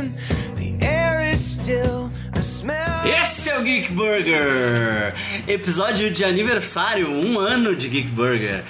and the air is still a smell. Esse é o Geek Burger, episódio de aniversário, 1 ano de Geek Burger.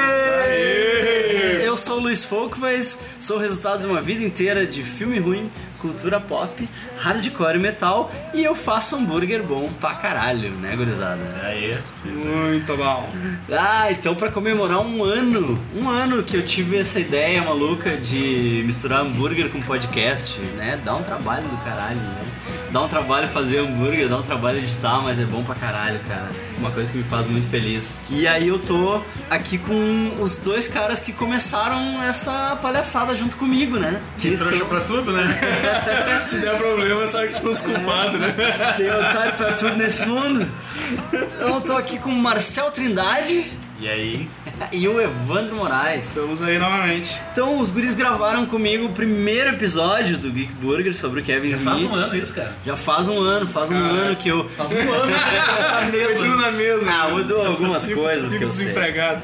Aê! Eu sou o Luiz Folco, mas sou o resultado de uma vida inteira de filme ruim, cultura pop, hardcore e metal, e eu faço hambúrguer bom pra caralho, né, gurizada? Aê! Muito bom! Então pra comemorar 1 ano que eu tive essa ideia maluca de misturar hambúrguer com podcast, né? Dá um trabalho do caralho, né? Dá um trabalho fazer hambúrguer, dá um trabalho editar, mas é bom pra caralho, cara. Uma coisa que me faz muito feliz. E aí eu tô aqui com os dois caras que começaram essa palhaçada junto comigo, né? Que trouxa pra tudo, né? Se der problema, sabe que são os culpados, né? Tem otário pra tudo nesse mundo. Então eu tô aqui com o Marcel Trindade. E aí? E o Evandro Moraes. Estamos aí novamente. Então, os guris gravaram comigo o primeiro episódio do Geek Burger sobre o Kevin Smith. Faz um ano isso, cara. Já faz um ano que eu... Faz um ano. Metido na mesa. Mudou algumas coisas que eu sei. Desempregado.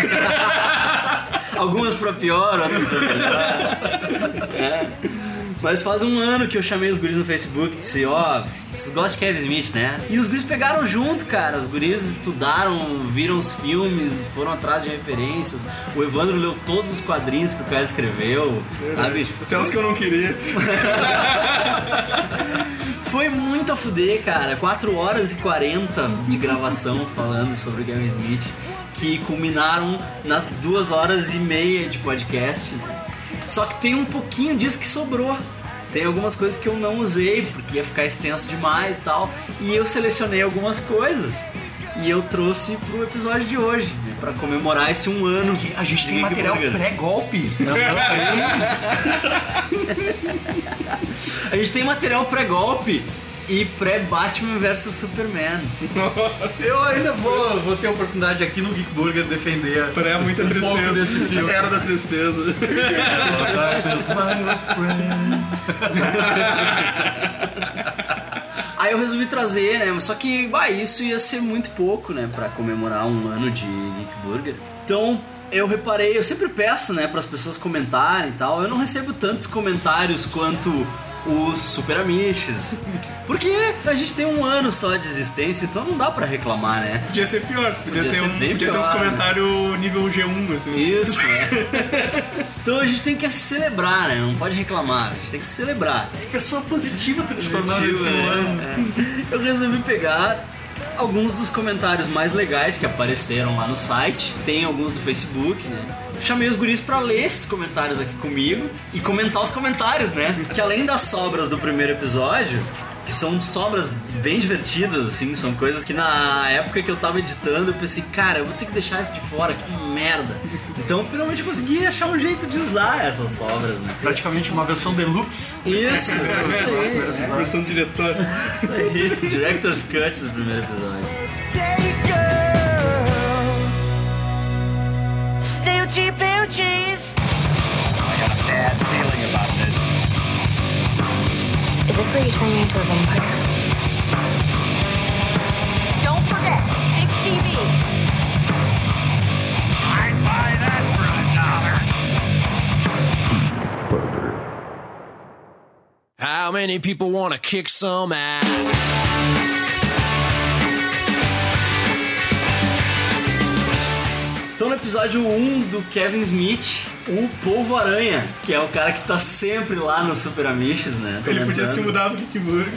Algumas pra pior, outras pra melhor. Mas faz 1 ano que eu chamei os guris no Facebook e disse, vocês gostam de Kevin Smith, né? E os guris pegaram junto, cara. Os guris estudaram, viram os filmes, foram atrás de referências. O Evandro leu todos os quadrinhos que o cara escreveu. Sabe? Até os que eu não queria. Foi muito a fuder, cara. 4 horas e 40 de gravação falando sobre o Kevin Smith, que culminaram nas 2 horas e meia de podcast, né? Só que tem um pouquinho disso que sobrou. Tem algumas coisas que eu não usei, porque ia ficar extenso demais e tal. E eu selecionei algumas coisas e eu trouxe pro episódio de hoje, né, pra comemorar esse 1 ano. Que a gente tem material pré-golpe. A gente tem material pré-golpe e pré-Batman vs Superman. Eu ainda vou ter a oportunidade aqui no Geek Burger defender Muita um tristeza pouco desse filme. Era da tristeza. Aí eu resolvi trazer, né? Só que isso ia ser muito pouco, né? Pra comemorar 1 ano de Geek Burger. Então eu reparei, eu sempre peço, né, pras pessoas comentarem e tal. Eu não recebo tantos comentários quanto os Super Amiches, porque a gente tem 1 ano só de existência, então não dá pra reclamar, né? Podia ser pior, podia ter pior, uns comentários nível G1, assim. Isso, né? Então a gente tem que se celebrar, né? Não pode reclamar, a gente tem que se celebrar. Que pessoa positiva tu te tornou nesse 1 ano. Eu resolvi pegar alguns dos comentários mais legais que apareceram lá no site. Tem alguns do Facebook, né? Chamei os guris pra ler esses comentários aqui comigo e comentar os comentários, né? Que além das sobras do primeiro episódio, que são sobras bem divertidas, assim, são coisas que na época que eu tava editando eu pensei, cara, eu vou ter que deixar isso de fora, que merda. Então finalmente eu consegui achar um jeito de usar essas sobras, né? Praticamente uma versão deluxe. Isso aí, Versão do diretor. isso aí. Director's Cut do primeiro episódio. Snoochie Poochies. I got a bad feeling about this. Is this where you turn me into a vampire? Don't forget, 6TV. I'd buy that for $1. How many people want to kick some ass? Então no episódio 1 do Kevin Smith, o Polvo-Aranha, que é o cara que tá sempre lá no Super Amiches, né? Ele podia se mudar pro Geek Burger.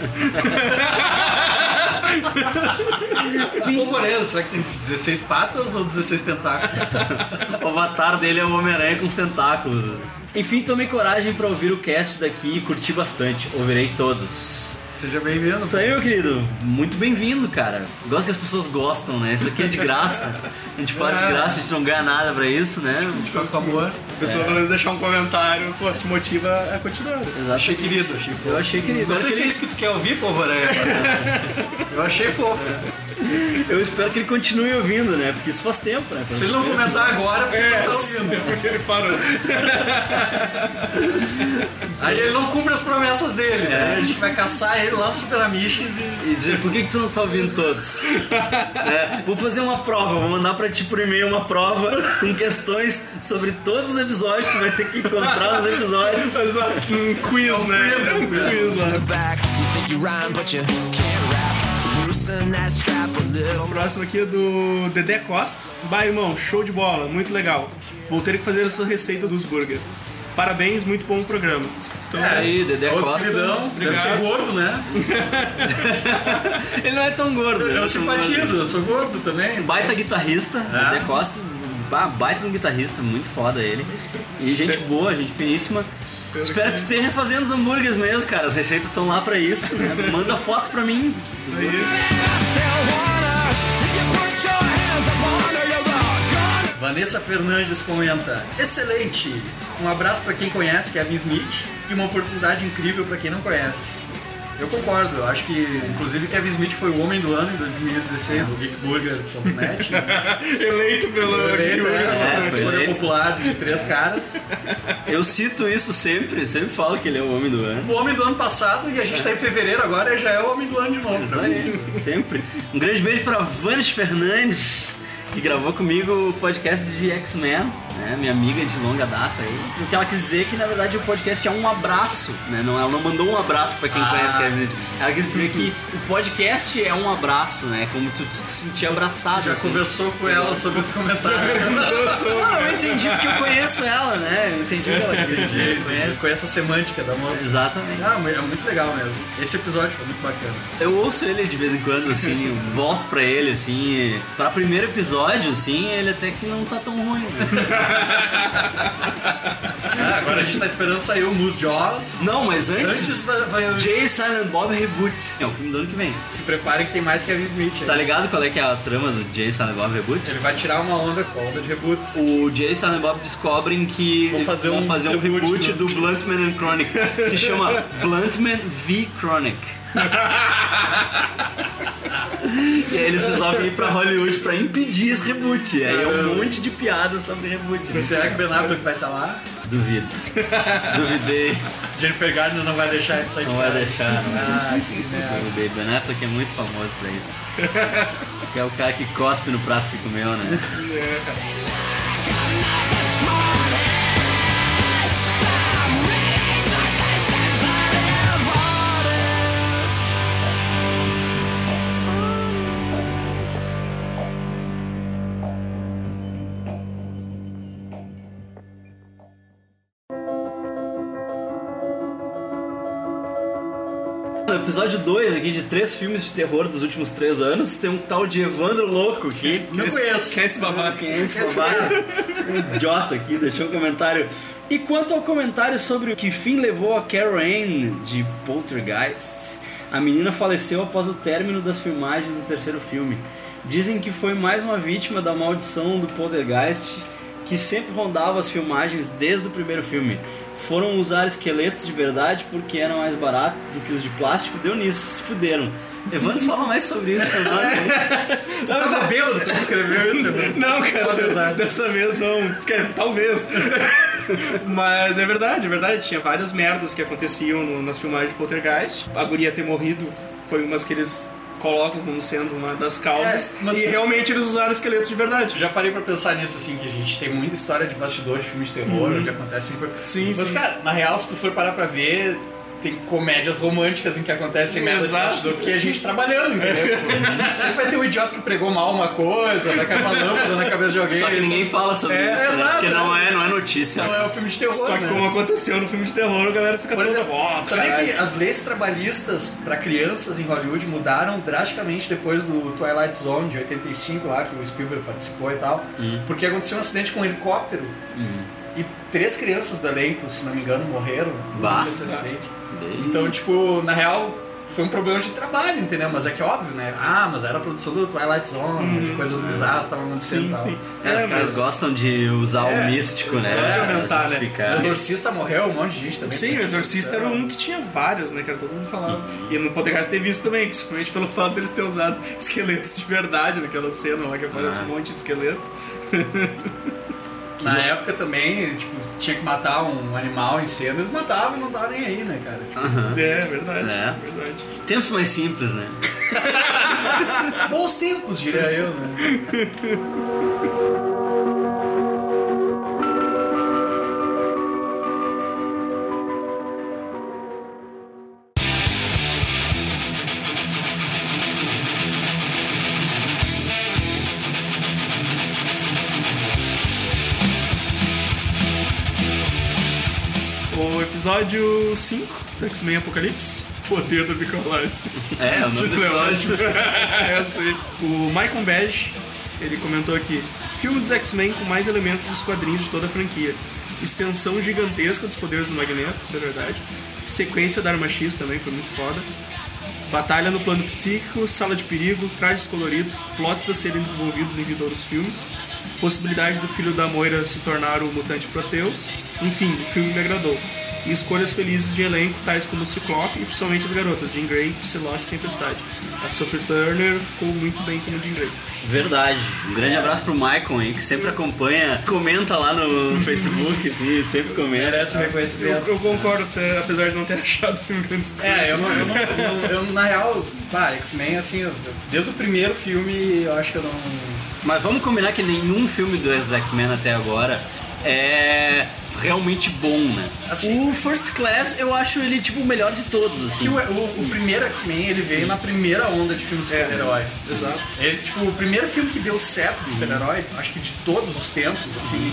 Polvoreiro, será que tem 16 patas ou 16 tentáculos? O avatar dele é o Homem-Aranha com os tentáculos. Enfim, tomei coragem pra ouvir o cast daqui e curti bastante. Ouvirei todos. Seja bem-vindo. Isso aí, meu querido. Muito bem-vindo, cara. Gosto que as pessoas gostam, né? Isso aqui é de graça. A gente faz de graça, a gente não ganha nada pra isso, né? A gente faz com amor. A pessoa pelo menos deixar um comentário, pô, te motiva a continuar. Exato. Achei querido, achei fofo. Eu achei querido. Não sei se é isso que tu quer ouvir, Polvoreiro. Eu achei fofo. Eu espero que ele continue ouvindo, né? Porque isso faz tempo, né? Se ele não comentar agora, porque ele não tá ouvindo. Porque ele parou. Aí ele não cumpre as promessas dele, né? A gente vai caçar ele lá no Super Amishes E dizer, por que tu não tá ouvindo todos? Vou fazer uma prova, vou mandar pra ti por e-mail uma prova com questões sobre todos os episódios, tu vai ter que encontrar os episódios. Exato, um quiz, né? É um quiz lá. Back, You think you rhyme, but you can't rap. loosen that strap a little. O próximo aqui é do Dedé Costa. Bah, irmão, show de bola, muito legal. Vou ter que fazer essa receita dos burger. Parabéns, muito bom o programa. Então, Isso aí, Dedé outro Costa. queridão, deve ser gordo, né? Ele não é tão gordo. Eu simpatizo, eu sou gordo também. Baita guitarrista, Dedé Costa. Baita um guitarrista, muito foda ele. E gente boa, gente finíssima. Espero que tu esteja fazendo os hambúrgueres mesmo, cara. As receitas estão lá pra isso. Né? Manda foto pra mim. isso aí. Vanessa Fernandes comenta: excelente! Um abraço pra quem conhece Kevin Smith e uma oportunidade incrível pra quem não conhece. Eu concordo, eu acho que inclusive Kevin Smith foi o homem do ano em 2016 no geekburger.net. Eleito pelo Eleito, foi escolha eleito. popular de 3 caras. Eu cito isso sempre falo que ele é o homem do ano. O homem do ano passado e a gente tá em fevereiro agora e já é o homem do ano de novo. Isso pra mim. aí, sempre. Um grande beijo pra Vanessa Fernandes, que gravou comigo o podcast de X-Men, né? Minha amiga de longa data aí. O que ela quis dizer é que na verdade o podcast é um abraço, né? Não, ela não mandou um abraço pra quem conhece Kevin Smith. Ela quis dizer que o podcast é um abraço, né? Como tu te sentir abraçado. Já assim. conversou com ela sobre os comentários. Não, eu entendi porque eu conheço ela, né? Eu entendi o que ela quis dizer. Conhece a semântica da moça. Exatamente. Ah, é muito legal mesmo. Esse episódio foi muito bacana. Eu ouço ele de vez em quando, assim, eu volto pra ele, assim, e pra primeiro episódio, assim, ele até que não tá tão ruim, né? Agora a gente tá esperando sair o Moose Jaws. Não, mas Antes vai Jay Silent Bob Reboot. É o filme do ano que vem. se preparem que tem mais Kevin Smith. Tá ligado qual é que é a trama do Jay Silent Bob Reboot? Ele vai tirar uma onda com a onda de reboots. O Jay e Silent Bob descobrem que Vão fazer vão um fazer um reboot reboot do Bluntman and Chronic, que chama Bluntman v Chronic. E aí eles resolvem ir pra Hollywood pra impedir esse reboot. E aí é um monte de piadas sobre reboot. Né? Será que Ben Affleck vai estar lá? Duvido. Duvidei. Jennifer Garner não vai deixar ele sair de Não vai casa. deixar. Não vai. Ah, que merda. Duvidei. Ben Affleck é muito famoso pra isso. Que é o cara que cospe no prato que comeu, né? No episódio 2 aqui de 3 filmes de terror dos últimos 3 anos, tem um tal de Evandro Louco aqui. Não conheço. Quem é esse babaca? Quem é esse babaca? Um idiota aqui, deixou um comentário. E quanto ao comentário sobre o que fim levou a Carol Anne de Poltergeist, a menina faleceu após o término das filmagens do terceiro filme. Dizem que foi mais uma vítima da maldição do Poltergeist, que sempre rondava as filmagens desde o primeiro filme. Foram usar esqueletos de verdade porque eram mais baratos do que os de plástico, deu nisso, se fuderam. Evandro, fala mais sobre isso pra nós. Tu tava bêbado quando escreveu isso? Evandro? Não, cara, dessa vez não. Talvez. Mas é verdade. Tinha várias merdas que aconteciam nas filmagens de Poltergeist. A guria ter morrido foi umas que eles colocam como sendo uma das causas. Mas e realmente eles usaram esqueletos de verdade. Já parei pra pensar nisso, assim, que a gente tem muita história de bastidor de filmes de terror, onde acontecem coisas. Sim, Mas, sim. cara, na real, se tu for parar pra ver, tem comédias românticas em que acontecem merda de Exato. bastidor, porque a gente trabalhando, entendeu? Sempre vai ter um idiota que pregou mal uma coisa, vai cair uma lâmpada na cabeça de alguém. Só que ninguém fala sobre isso, né? exato, Porque não é notícia. Não é um filme de terror, Só que né? como aconteceu no filme de terror, a galera fica Por toda... exemplo, sabia que as leis trabalhistas pra crianças em Hollywood mudaram drasticamente depois do Twilight Zone de 85 lá, que o Spielberg participou e tal, porque aconteceu um acidente com um helicóptero e 3 crianças do elenco, se não me engano, morreram Bah. durante esse acidente. Então, tipo, na real, foi um problema de trabalho, entendeu? Mas é que óbvio, né? Ah, mas era a produção do Twilight Zone, de coisas bizarras estavam acontecendo e tal. Os caras gostam de usar o místico, né? gostam de pra aumentar, né? justificar. O Exorcista morreu, um monte de gente também. Sim, o Exorcista era um que tinha vários, né, cara? Todo mundo falava. E no Poltergeist teve isso também, principalmente pelo fato deles terem usado esqueletos de verdade naquela cena lá que aparece um monte de esqueleto. Na época também, tipo, tinha que matar um animal em cena, eles matavam e não tava nem aí, né, cara? Tipo, É verdade, É. verdade. Tempos mais simples, né? bons tempos, diria eu, né? O episódio 5 do X-Men Apocalipse, Poder da Bricolagem. É, o nome do Isso é episódio. ótimo. Eu sei. O Michael Badge, ele comentou aqui: filme dos X-Men com mais elementos dos quadrinhos de toda a franquia. Extensão gigantesca dos poderes do Magneto, isso é verdade. Sequência da Arma X também foi muito foda. Batalha no plano psíquico, sala de perigo, trajes coloridos, plots a serem desenvolvidos em vidouros filmes, possibilidade do filho da Moira se tornar o mutante Proteus. Enfim, o filme me agradou. E escolhas felizes de elenco, tais como o Ciclope e principalmente as garotas, Jean Grey, Psylocke e Tempestade. A Sophie Turner ficou muito bem como Jean Grey. Verdade. Um grande abraço pro Michael, hein, que sempre acompanha, comenta lá no Facebook, assim, sempre comenta. Merece um reconhecimento. Eu concordo, até, apesar de não ter achado o filme grande coisa. Eu, na real, X-Men, assim, desde o primeiro filme, eu acho que eu não... Mas vamos combinar que nenhum filme dos X-Men até agora é realmente bom, né? Assim, o First Class, eu acho ele, tipo, o melhor de todos, assim. que o primeiro X-Men, ele veio na primeira onda de filmes de super-herói. Exato. Ele, tipo, o primeiro filme que deu certo de super-herói, acho que de todos os tempos, assim,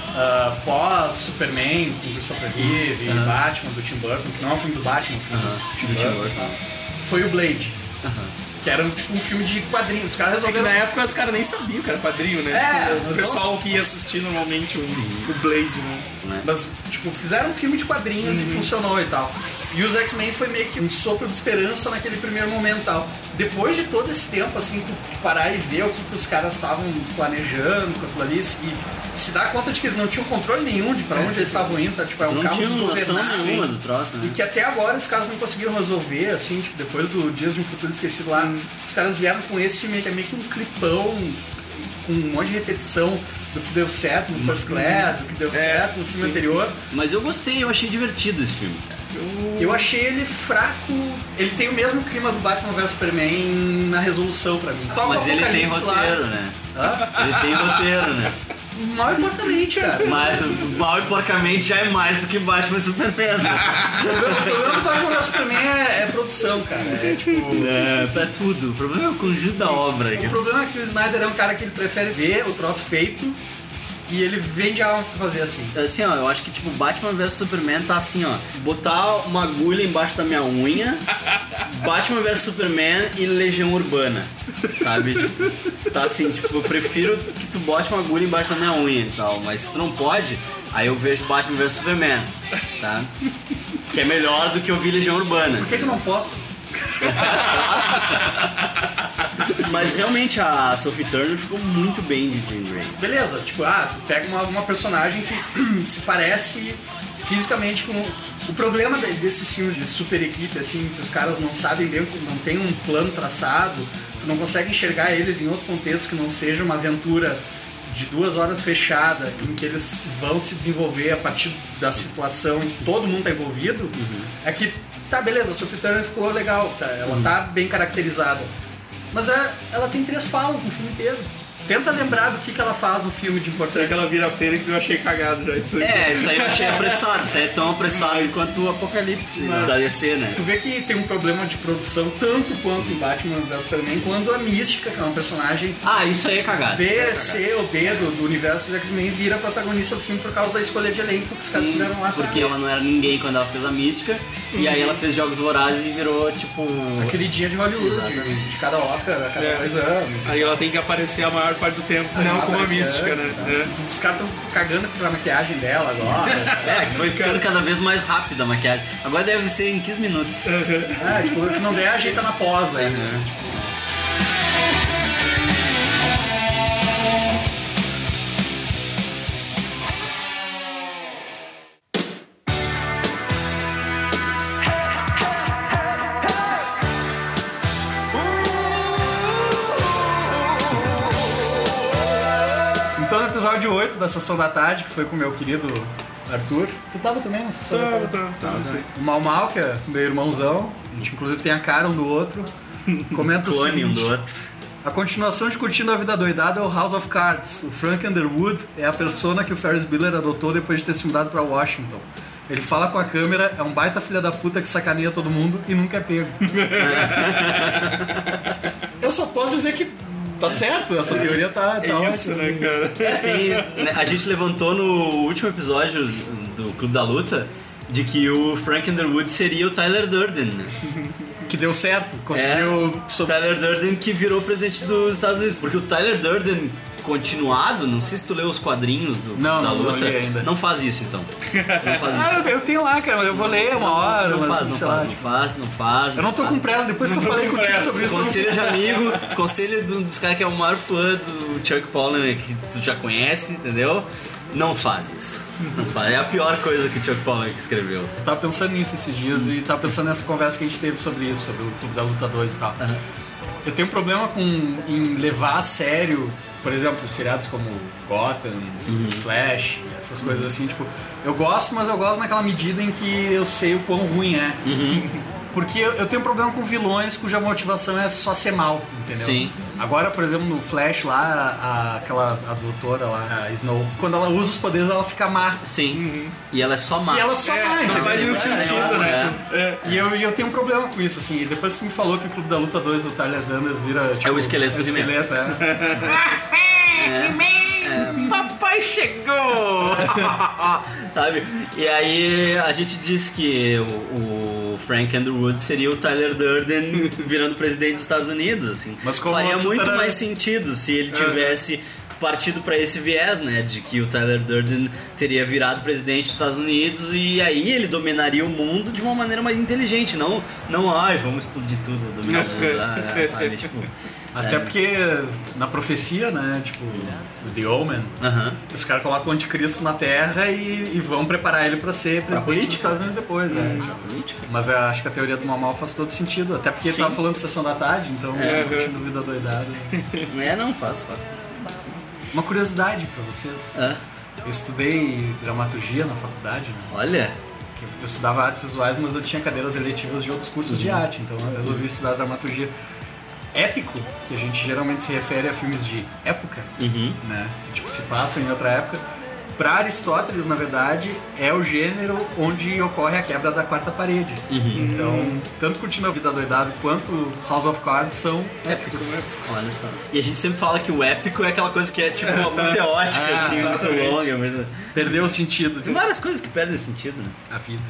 pós-Superman, com Christopher Reeve, Batman, do Tim Burton, que não é um filme do Batman, é um filme do Tim Burton, foi o Blade. Que era tipo um filme de quadrinhos. Os caras Só que resolveram... na época os caras nem sabiam que era quadrinho, né? É, Tipo, o pessoal que ia assistir normalmente o Blade, né? Mas, tipo, fizeram um filme de quadrinhos e funcionou e tal. E os X-Men foi meio que um sopro de esperança naquele primeiro momento e tal. Depois de todo esse tempo, assim, tu parar e ver o que os caras estavam planejando com aquilo ali e se dar conta de que eles não tinham controle nenhum de pra onde eles estavam indo, tá? Tipo, é um não carro tinha noção desgovernado. nenhuma do troço, né? E que até agora os caras não conseguiram resolver, assim, tipo, depois do Dias de um Futuro Esquecido lá, os caras vieram com esse filme que é meio que um clipão, com um monte de repetição do que deu certo no First Class, do que deu certo no filme anterior. Mas eu gostei, eu achei divertido esse filme. Eu achei ele fraco, ele tem o mesmo clima do Batman vs Superman na resolução pra mim. Mas ele tem Apocalipse lá. roteiro, né? Ele tem roteiro, né? Mal e porcamente, cara. Mas mal e porcamente já é mais do que Batman e Superman, né? O problema do Batman vs Superman é produção, cara. É tipo... É tudo. O problema é o conjunto da obra. O problema é que o Snyder é um cara que ele prefere ver o troço feito e ele vende algo pra fazer assim. Assim, ó, eu acho que tipo Batman vs Superman tá assim, ó, botar uma agulha embaixo da minha unha, Batman vs Superman e Legião Urbana, sabe? Tipo, tá assim, tipo, eu prefiro que tu bote uma agulha embaixo da minha unha e tal, mas se tu não pode, aí eu vejo Batman vs Superman, tá? Que é melhor do que eu vi Legião Urbana. Por que eu não posso? Mas realmente a Sophie Turner ficou muito bem de Jean Grey. Beleza, tipo, tu pega uma personagem que se parece fisicamente com... O problema desses filmes de super equipe, assim, que os caras não sabem bem, não tem um plano traçado, tu não consegue enxergar eles em outro contexto que não seja uma aventura de 2 horas fechada, em que eles vão se desenvolver a partir da situação em que todo mundo tá envolvido, é que, tá, beleza, a Sophie Turner ficou legal, tá, ela tá bem caracterizada. Mas ela tem 3 falas no filme inteiro. Tenta lembrar do que ela faz no filme de importante. Será que ela vira a feira que eu achei cagado já isso aí? É, isso aí eu achei apressado, isso aí é tão apressado quanto o Apocalipse da DC, né? Tu vê que tem um problema de produção tanto quanto em Batman vs Superman, quando a Mística, que é uma personagem Ah, isso aí é cagado. B, C ou D do universo do X-Men, vira protagonista do filme por causa da escolha de elenco que os caras fizeram lá. Porque ela não era ninguém quando ela fez a Mística, e aí ela fez Jogos Vorazes e virou, tipo... Aquele dia de Hollywood, de cada Oscar a cada 2 anos. Aí ela tem que aparecer a maior parte do tempo, não como a mística, né? É. Os caras estão cagando pra maquiagem dela agora. É, que foi ficando cada vez mais rápida a maquiagem. Agora deve ser em 15 minutos. Tipo, o que não der, ajeita na pós aí, né? No episódio 8 da Sessão da Tarde, que foi com o meu querido Arthur. Tu tava também na Sessão da Tarde? Tava, sim. O Mal Mal, que é meu irmãozão. A gente inclusive tem a cara um do outro. Comenta o Clone um seguinte: do outro. a continuação de Curtindo a Vida Doidada é o House of Cards. O Frank Underwood é a persona que o Ferris Bueller adotou depois de ter se mudado pra Washington. Ele fala com a câmera, é um baita filha da puta que sacaneia todo mundo e nunca é pego. Eu só posso dizer que tá certo, essa teoria tá Isso, ótima. né, cara? A gente levantou no último episódio do Clube da Luta de que o Frank Underwood seria o Tyler Durden, né? Que deu certo, conseguiu... O Tyler Durden que virou presidente dos Estados Unidos. Porque o Tyler Durden continuado, não sei se tu leu os quadrinhos do Não, da não luta. li ainda. Não faz isso então. Não faz isso. Ah, eu tenho lá, cara, mas eu vou ler uma hora. Não mas faz, não sei lá, faz, não faz, não faz. Eu não tô com pressa, depois que eu falei contigo sobre isso. Conselho de amigo, conselho dos caras que é o maior fã do Chuck Palahniuk, que tu já conhece, entendeu? Não faz isso. Não faz. É a pior coisa que o Chuck Palahniuk escreveu. Eu tava pensando nisso esses dias e tava pensando nessa conversa que a gente teve sobre isso, sobre o Clube da Luta 2 e tal. Eu tenho um problema em levar a sério, por exemplo, seriados como Gotham, Flash, essas coisas assim, tipo, eu gosto, mas eu gosto naquela medida em que eu sei o quão ruim é. Porque eu tenho um problema com vilões cuja motivação é só ser mal, entendeu? Sim. Agora, por exemplo, no Flash lá, a doutora lá, a Snow, quando ela usa os poderes, ela fica má. Sim. E ela é só má. E ela só má, Não entendeu? faz nenhum sentido, né? E eu tenho um problema com isso, assim. E depois que tu me falou que o Clube da Luta 2, o Tyler Durden vira, tipo... É o esqueleto do do He-Man. esqueleto, Papai chegou! Sabe? E aí a gente disse que o Frank Underwood seria o Tyler Durden virando presidente dos Estados Unidos, assim. Mas como faria você muito tá- mais sentido se ele tivesse partido pra esse viés, né, de que o Tyler Durden teria virado presidente dos Estados Unidos e aí ele dominaria o mundo de uma maneira mais inteligente, não ai, vamos explodir tudo, dominar o mundo, sabe, tipo... Até porque na profecia, né, tipo, o The Omen, os caras colocam o anticristo na Terra e vão preparar ele pra ser presidente dos Estados Unidos depois, Mas eu acho que a teoria do Mal faz todo sentido, até porque ele tava falando de Sessão da Tarde, então Curtindo Vida Doidada. Não, faz. Uma curiosidade pra vocês. Eu estudei dramaturgia na faculdade, né? Olha, Eu estudava artes visuais, mas eu tinha cadeiras eletivas de outros cursos de arte, então eu resolvi estudar dramaturgia. Épico, que a gente geralmente se refere a filmes de época, né? Que tipo, se passam em outra época. Para Aristóteles, na verdade, é o gênero onde ocorre a quebra da quarta parede. Então, tanto Curtindo a Vida Doidado quanto House of Cards são épicos. olha só. E a gente sempre fala que o épico é aquela coisa que é tipo apoteótica, assim, muito exatamente. longa. Mas... Perdeu o sentido. Tem várias coisas que perdem o sentido, né? A vida.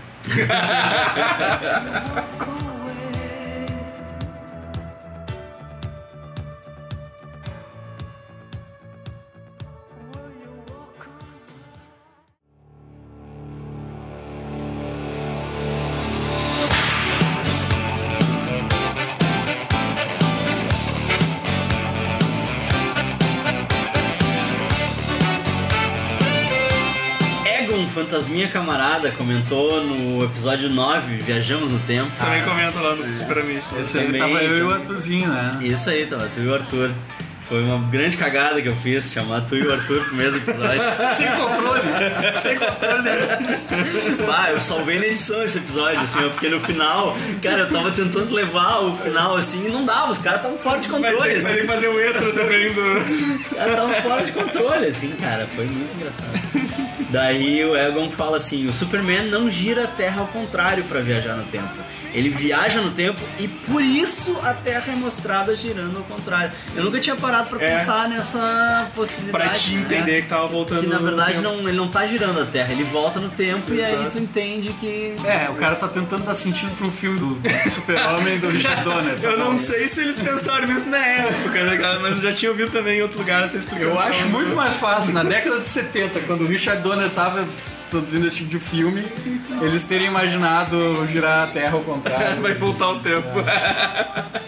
Egon, fantasminha camarada, comentou no episódio 9, Viajamos no Tempo. Também comenta lá no Super Amish. Esse aí Também, tava eu e então. o Arthurzinho, né? Isso aí, tava tu e o Arthur. Foi uma grande cagada que eu fiz, chamar tu e o Arthur pro mesmo episódio. Sem controle! Sem controle! Eu salvei na edição esse episódio, assim, ó, porque no final, cara, eu tava tentando levar o final assim e não dava, os caras estavam fora de controle. Vai ter assim. que fazer o extra também do... Os caras estavam fora de controle, assim, cara, foi muito engraçado. Daí o Egon fala assim: o Superman não gira a Terra ao contrário pra viajar no tempo. Ele viaja no tempo e por isso a Terra é mostrada girando ao contrário. Eu nunca tinha parado pra pensar nessa possibilidade. Pra te entender que tava voltando. Que na verdade no tempo. ele não tá girando a Terra, ele volta no tempo e aí tu entende que. O cara tá tentando dar sentido pra um filme do Super-Homem do Richard Donner. Eu não sei se eles pensaram nisso na época, né, cara? Mas eu já tinha ouvido também em outro lugar essa explicação. Eu acho muito mais fácil, na década de 70, quando o Richard Donner tava produzindo esse tipo de filme, eles terem imaginado girar a Terra ao contrário. Vai voltar o tempo.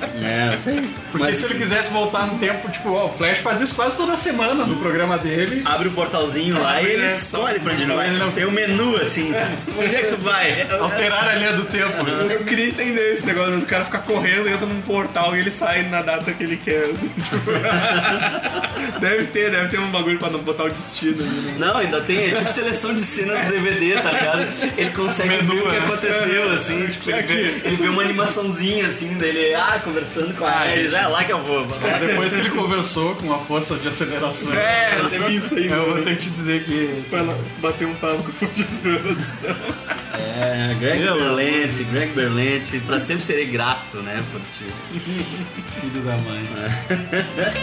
É, eu sei. Porque Mas se ele quisesse voltar no tempo, tipo, ó, o Flash faz isso quase toda semana no programa dele. abre o portalzinho lá e ele escolhe pra onde vai. Tem um menu assim. Onde é que tu vai? Alterar a linha do tempo. Né? Eu queria entender esse negócio do cara ficar correndo, entra num portal e ele sai na data que ele quer. Assim, tipo... deve ter um bagulho pra não botar o destino ali, né? Não, ainda tem, é tipo seleção de cena do DVD, tá ligado? Ele consegue ver o que aconteceu, assim, tipo, ele vê uma animaçãozinha assim dele, conversando com a Ares, lá que eu vou. Mas depois que ele conversou com a força de aceleração. Teve isso aí. Eu vou ter que te dizer que. Foi lá bater um papo com a força de aceleração. Greg Berlanti, pra sempre serei grato, né, por ti. Filho da mãe.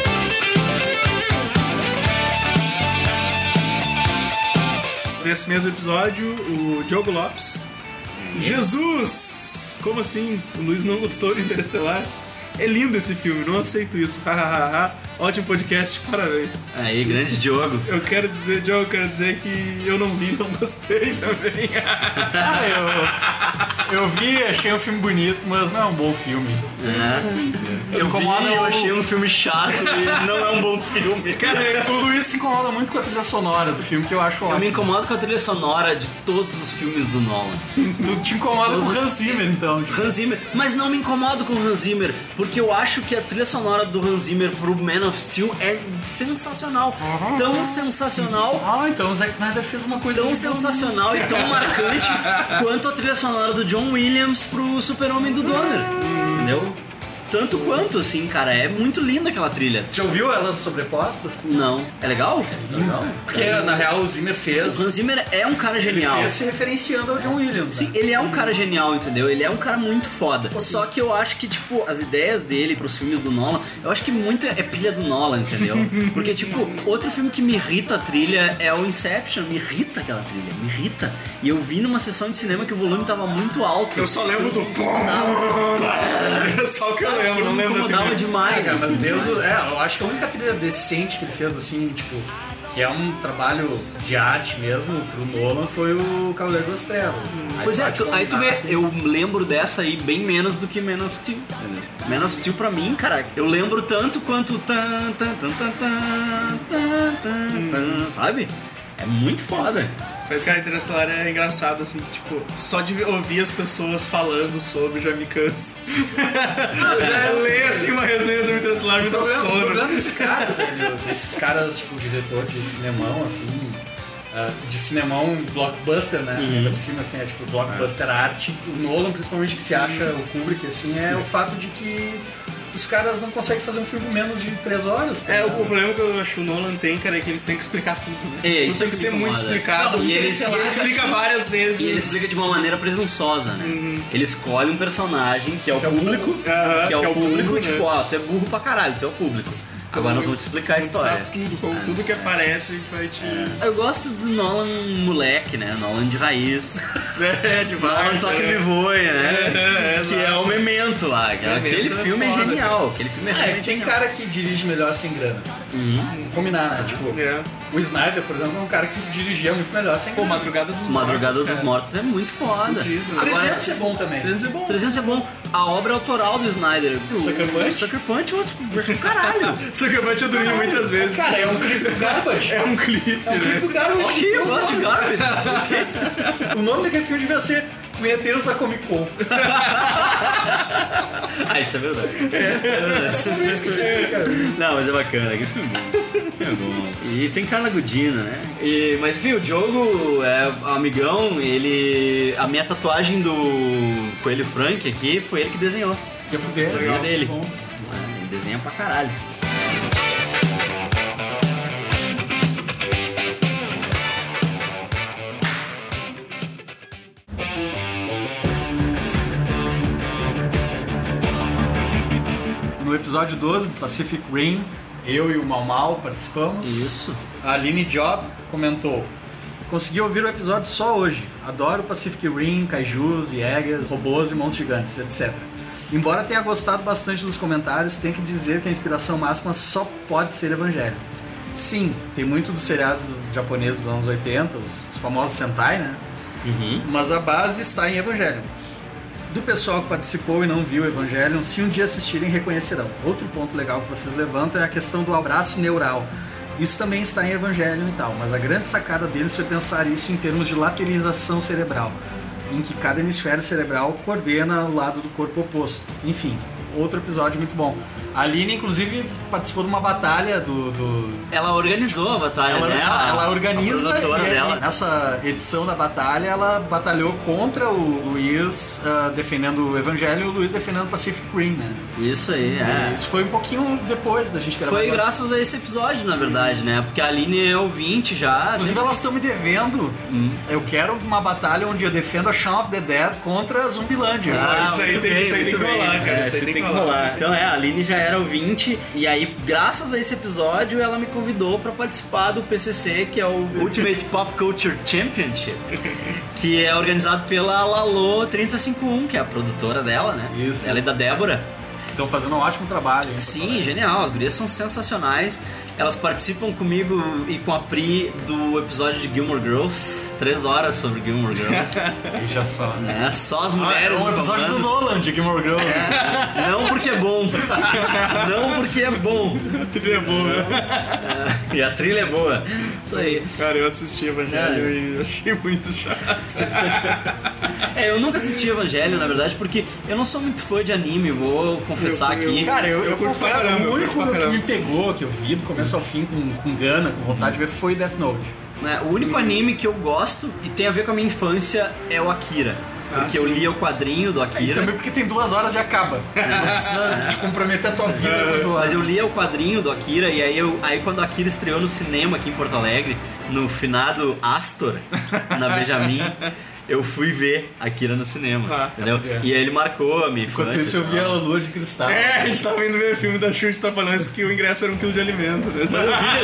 Nesse mesmo episódio, o Diogo Lopes. Jesus! Como assim? O Luiz não gostou de Interestelar? É lindo esse filme, não aceito isso. Ótimo podcast, parabéns. Aí, grande Diogo. Eu quero dizer que eu não vi, não gostei também. Eu vi, achei um filme bonito, mas não é um bom filme. Eu achei um filme chato e não é um bom filme. Cara, o Luiz se incomoda muito com a trilha sonora do filme, que eu acho Eu ótimo. me incomodo com a trilha sonora de todos os filmes do Nolan. Tu te incomoda com o Hans Zimmer, então. Tipo. Hans Zimmer, mas não me incomodo com o Hans Zimmer, porque eu acho que a trilha sonora do Hans Zimmer pro Man of Steel é sensacional. Tão sensacional. Então o Zack Snyder fez uma coisa Tão sensacional e tão marcante quanto a trilha sonora do John Williams pro Super-Homem do Donner. Entendeu? Tanto quanto, assim, cara. É muito linda aquela trilha. Já ouviu elas sobrepostas? Não. É legal? Legal. Porque, na real, o Zimmer fez... O Hans Zimmer é um cara genial. Ele fez se referenciando ao John Williams. Sim, ele é um cara genial, entendeu? Ele é um cara muito foda. Só que eu acho que, tipo, as ideias dele pros filmes do Nolan, eu acho que muito é pilha do Nolan, entendeu? Porque, tipo, outro filme que me irrita a trilha é o Inception. Me irrita aquela trilha, me irrita. E eu vi numa sessão de cinema que o volume tava muito alto. Eu só lembro do... É só o que eu lembro, não lembro da trilha. Demais, Cara, mas assim, eu acho que a única trilha decente que ele fez, assim, tipo, que é um trabalho de arte mesmo pro Nolan, foi o Cavaleiro das Trevas. Pois é, aí tu vê, eu lembro dessa aí bem menos do que Man of Steel. Man of Steel pra mim, cara, eu lembro tanto quanto sabe? É muito foda. Mas, cara, Interestelar é engraçado, assim, que, tipo, só de ouvir as pessoas falando sobre já me cansa. Ler, assim, uma resenha sobre Interestelar me dá sono. O problema desses caras, velho, desses caras, tipo, diretor de cinemão, assim, de cinemão blockbuster, né? Ainda por cima, assim, é tipo blockbuster arte. O Nolan, principalmente, que se acha o Kubrick, assim, é o fato de que os caras não conseguem fazer um filme menos de 3 horas. Tá? O problema que eu acho que o Nolan tem, cara, é que ele tem que explicar tudo, né? Tudo Isso tem que ser muito explicado. Não, e ele explica várias vezes. E ele explica de uma maneira presunçosa, né? Ele escolhe um personagem que é o público, que é o público, tipo, né? Tu é burro pra caralho, tu é o público. Agora nós vamos te explicar a história. Tudo que aparece, a gente vai te... Eu gosto do Nolan moleque, né? Nolan de raiz. De vários. Só que me voe, né? Que é o Memento lá. Aquele filme é genial. Aquele filme é realmente tem genial. cara que dirige melhor sem grana. Combinar, né? Tipo, o Snyder, por exemplo, é um cara que dirigia muito melhor sem grana. Madrugada dos Mortos é muito foda. 300 é bom também. 300 é bom. A obra autoral do Snyder. Sucker Punch? Sucker Punch, eu acho caralho. Sucker Punch eu dormi muitas vezes. Cara, é um clipe do Garbage. É um clipe, É um clipe do Garbage. Ok, eu gosto de Garbage. O nome daquele filme devia ser Punheteiros da Comic Con. Isso é verdade. É sobre isso que você, cara. Não, mas é bacana, que filme bom. É bom. E tem Carla Gugino, né? Mas enfim, o Diogo é amigão, ele... A minha tatuagem do Coelho Frank aqui foi ele que desenhou. Que é fuder. Desenho dele. Bom. Ele desenha pra caralho. No episódio 12 do Pacific Rim, eu e o Mau Mau participamos. Isso. A Aline Job comentou: consegui ouvir o episódio só hoje. Adoro Pacific Rim, kaijus, yegas, robôs e monstros gigantes, etc. Embora tenha gostado bastante dos comentários, tem que dizer que a inspiração máxima só pode ser Evangelho. Sim, tem muito dos seriados japoneses dos anos 80, os famosos Sentai, né? Mas a base está em Evangelho. Do pessoal que participou e não viu Evangelion, se um dia assistirem, reconhecerão. Outro ponto legal que vocês levantam é a questão do abraço neural. Isso também está em Evangelion e tal, mas a grande sacada deles foi pensar isso em termos de lateralização cerebral, em que cada hemisfério cerebral coordena o lado do corpo oposto. Enfim, outro episódio muito bom. A Aline, inclusive, participou de uma batalha Ela organizou a batalha, né? Ela organiza a produtora e dela. nessa edição da batalha ela batalhou contra o Luiz defendendo o Evangelho e o Luiz defendendo o Pacific Rim, né? Isso aí, é. Isso foi um pouquinho depois da gente gravar. Foi essa- graças a esse episódio, na verdade, né? Porque a Aline é ouvinte já. Inclusive elas estão me devendo. Eu quero uma batalha onde eu defendo a Shaun of the Dead contra a Zumbilândia. isso aí muito tem- bem, isso aí tem muito que bem. rolar, cara, isso aí tem que rolar. Então a Aline já era ouvinte e aí, graças a esse episódio, ela me convidou pra participar do PCC, que é o Ultimate Pop Culture Championship, que é organizado pela Lalo 351, que é a produtora dela, né? Isso, Ela é isso. da Débora. Estão fazendo um ótimo trabalho, hein? Sim, genial. As gurias são sensacionais. Elas participam comigo e com a Pri do episódio de Gilmore Girls. 3 horas sobre Gilmore Girls. Aí já só, né? É, só as É mulheres. um episódio do comando. Nolan de Gilmore Girls. Não porque é bom. Não porque é bom. A trilha é boa, né? E a trilha é boa. Isso aí. Cara, eu assisti Evangelho e achei muito chato. Eu nunca assisti Evangelho, na verdade, porque eu não sou muito fã de anime, vou confessar aqui. Cara, eu curto pra confesso, caramba, o eu único curto pra que caramba. me pegou, que eu vi do começo ao fim com gana, com vontade de ver, foi Death Note. Né, o único anime que eu gosto e tem a ver com a minha infância é o Akira. Porque eu li o quadrinho do E Akira. também porque tem 2 horas e acaba. Você não precisa te comprometer a tua vida. Mas eu lia o quadrinho do Akira e aí quando o Akira estreou no cinema aqui em Porto Alegre, no finado Astor, na Benjamin, eu fui ver Akira no cinema, entendeu? E aí ele marcou a minha infância. Enquanto isso eu vi a Lua de Cristal. É, a gente tava indo ver filme da Xuxa Trapalhões que o ingresso era 1 quilo de alimento, né? Mas eu via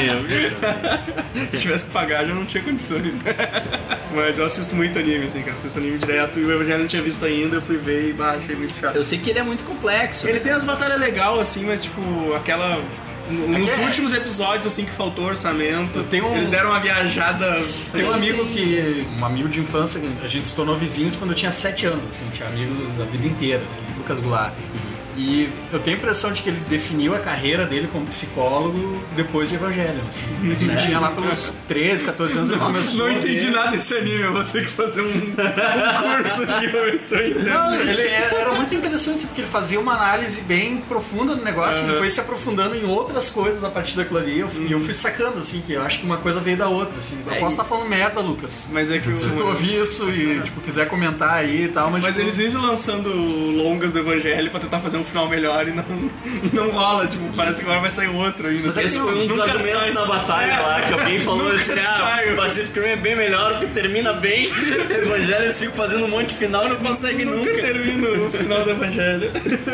também. Se tivesse que pagar, já não tinha condições. Mas eu assisto muito anime, assim, cara. Eu assisto anime direto e o Evangelho não tinha visto ainda. Eu fui ver e achei muito chato. Eu sei que ele é muito complexo. Ele tem as batalhas legais, assim, mas tipo, aquela. Nos Aquele- últimos episódios, assim, que faltou orçamento, Tem um- eles deram uma viajada. Tem um amigo de infância, que a gente se tornou vizinhos quando eu tinha 7 anos, assim, tinha amigos da vida inteira, assim, Lucas Goulart. E eu tenho a impressão de que ele definiu a carreira dele como psicólogo depois de Evangelho, assim. A gente tinha lá pelos 13, 14 anos, ele começou Não a entendi ver. nada desse anime, eu vou ter que fazer um curso aqui pra ver se eu entendo. Não, ele era muito interessante, porque ele fazia uma análise bem profunda do negócio, e foi se aprofundando em outras coisas a partir daquilo ali, e eu fui sacando, assim, que eu acho que uma coisa veio da outra, assim. Eu posso estar falando merda, Lucas. Mas é que Se tu ouvir isso e, tipo, quiser comentar aí e tal, Mas tipo, eles vivem lançando longas do Evangelho pra tentar fazer um final melhor e não rola, tipo, parece que agora vai sair outro ainda. Mas esse foi um dos Nunca argumentos sai. na batalha lá, que alguém falou Nunca assim, sai. o Pacific Rim é bem melhor porque termina bem. O Evangelho eles ficam fazendo um monte de final e não conseguem Nunca nunca. termina o final do Evangelho.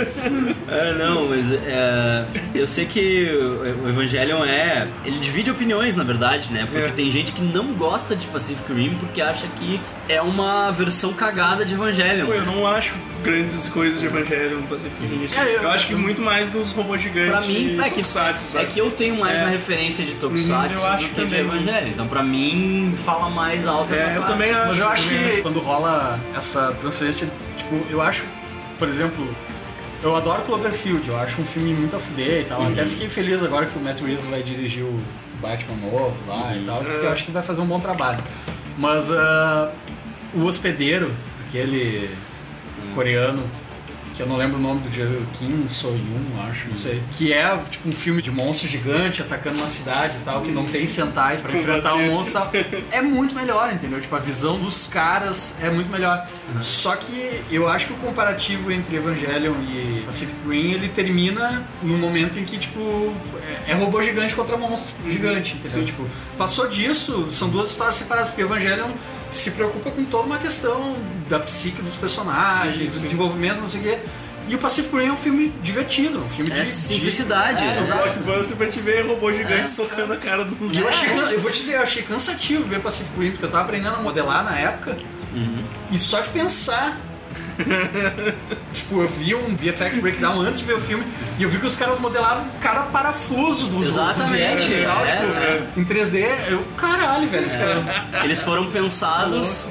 Não, mas eu sei que o Evangelion ele divide opiniões, na verdade, né? Porque tem gente que não gosta de Pacific Rim porque acha que é uma versão cagada de Evangelion. Pô, eu não acho grandes coisas de Evangelho no Pacific Rim. assim. É, eu acho que muito mais dos robôs gigantes Pra mim, e Tokusatsu, sabe? é que eu tenho mais a referência de Tokusatsu eu acho do que de também. Evangelho. Então, pra mim, fala mais alto essa eu parte. também acho. Mas eu acho que quando rola essa transferência, tipo, eu acho, por exemplo, eu adoro Cloverfield, eu acho um filme muito a fuder e tal. Até fiquei feliz agora que o Matt Reeves vai dirigir o Batman novo lá e tal, porque eu acho que vai fazer um bom trabalho. Mas o Hospedeiro, aquele coreano, que eu não lembro o nome do diretor, Kim So-yoon, acho, não sei. Que é tipo um filme de monstro gigante atacando uma cidade e tal, que não tem centais pra enfrentar um monstro e tal. É muito melhor, entendeu? Tipo, a visão dos caras é muito melhor. Só que eu acho que o comparativo entre Evangelion e Pacific Rim, ele termina no momento em que, tipo, é robô gigante contra monstro gigante, entendeu? Sim. Tipo, passou disso, são duas histórias separadas, porque Evangelion se preocupa com toda uma questão da psique dos personagens, do desenvolvimento, não sei o quê. E o Pacific Rim é um filme divertido, um filme de simplicidade. É, Um exato. blockbuster pra te ver robô gigante socando a cara do... E eu vou te dizer, eu achei cansativo ver Pacific Rim, porque eu tava aprendendo a modelar na época, e só de pensar Tipo, eu vi um VFX Breakdown antes de ver o filme e eu vi que os caras modelavam cada parafuso dos Exatamente, e tal, é. tipo, em 3D, caralho, velho. Tipo, Eles foram pensados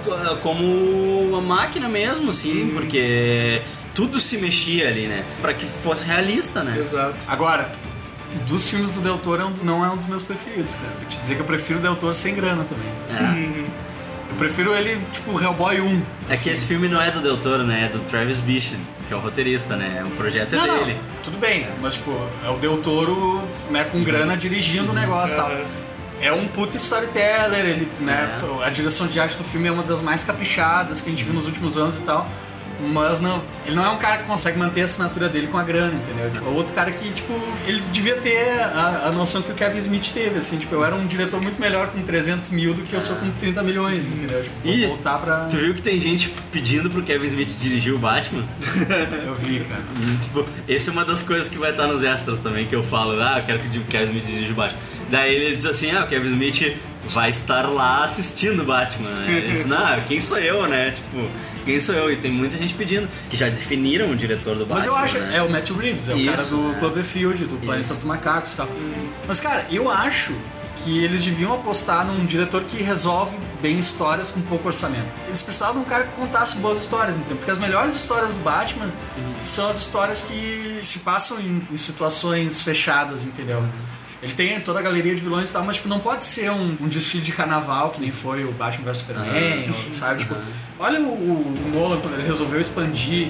como uma máquina mesmo, assim, porque tudo se mexia ali, né? Pra que fosse realista, né? Exato. Agora, dos filmes do Del Toro não é um dos meus preferidos, cara. Tem que te dizer que eu prefiro o Del Toro sem grana também. Eu prefiro ele, tipo, Hellboy 1. É que esse filme não é do Del Toro, né? É do Travis Bickle, que é o roteirista, né? O projeto é dele. Não, tudo bem, mas tipo, é o Del Toro, né, com grana dirigindo o negócio e tal. É um puta storyteller, ele, né, a direção de arte do filme é uma das mais caprichadas que a gente viu nos últimos anos e tal. Mas não, ele não é um cara que consegue manter a assinatura dele com a grana, entendeu? Tipo, é outro cara que, tipo, ele devia ter a noção que o Kevin Smith teve, assim, tipo, eu era um diretor muito melhor com 300 mil do que eu sou com 30 milhões, entendeu? Tipo, E voltar pra... tu viu que tem gente pedindo pro Kevin Smith dirigir o Batman? Eu vi, cara. Tipo, essa é uma das coisas que vai estar nos extras também, que eu falo, eu quero que o Kevin Smith dirija o Batman. Daí ele diz assim, o Kevin Smith vai estar lá assistindo o Batman, né? Ele diz, quem sou eu, né? Tipo, quem sou eu? E tem muita gente pedindo, que já definiram o diretor do Batman. Mas eu acho, né? é o Matthew Reeves, é o cara do Cloverfield, do Planeta dos Macacos e tal. Mas, cara, eu acho que eles deviam apostar num diretor que resolve bem histórias com pouco orçamento. Eles precisavam de um cara que contasse boas histórias, entendeu? Porque as melhores histórias do Batman são as histórias que se passam em situações fechadas, entendeu? Ele tem toda a galeria de vilões e tal, mas tipo, não pode ser um desfile de carnaval, que nem foi o Batman vs Superman, ou, sabe? Tipo, olha o Nolan, quando ele resolveu expandir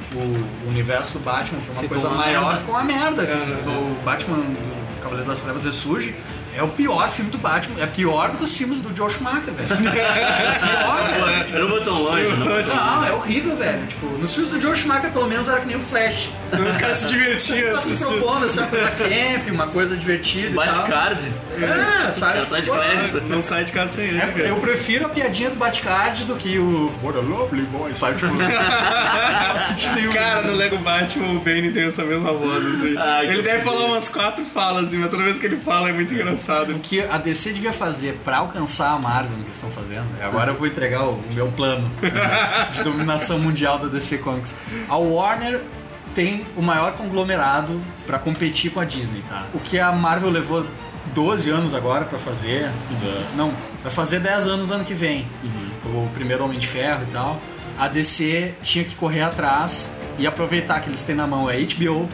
o universo do Batman pra uma coisa maior, ficou uma merda. O Batman do Cavaleiro das Trevas Ressurge é o pior filme do Batman, é pior do que os filmes do Joel Schumacher, velho. É pior, velho. Eu não vou tão longe, Não, é horrível, velho. Tipo, nos filmes do Joel Schumacher, pelo menos, era que nem o Flash. Os caras se divertiam. Tá se propondo, assim, uma coisa camp, uma coisa divertida e tal. Batcard, sabe? cartão de crédito. Não sai de casa sem ele, cara. Eu prefiro a piadinha do Batcard do que o What a lovely voice, sabe? Tipo, não faz sentido nenhum. Cara, no Lego Batman, o Bane tem essa mesma voz, assim. Ele deve falar umas 4 falas, assim, mas toda vez que ele fala é muito engraçado. O que a DC devia fazer pra alcançar a Marvel no que estão fazendo, agora eu vou entregar o meu plano de dominação mundial da DC Comics. A Warner tem o maior conglomerado pra competir com a Disney, tá? O que a Marvel levou 12 anos agora pra fazer, não, vai fazer 10 anos ano que vem, o primeiro Homem de Ferro e tal, a DC tinha que correr atrás e aproveitar que eles têm na mão a HBO,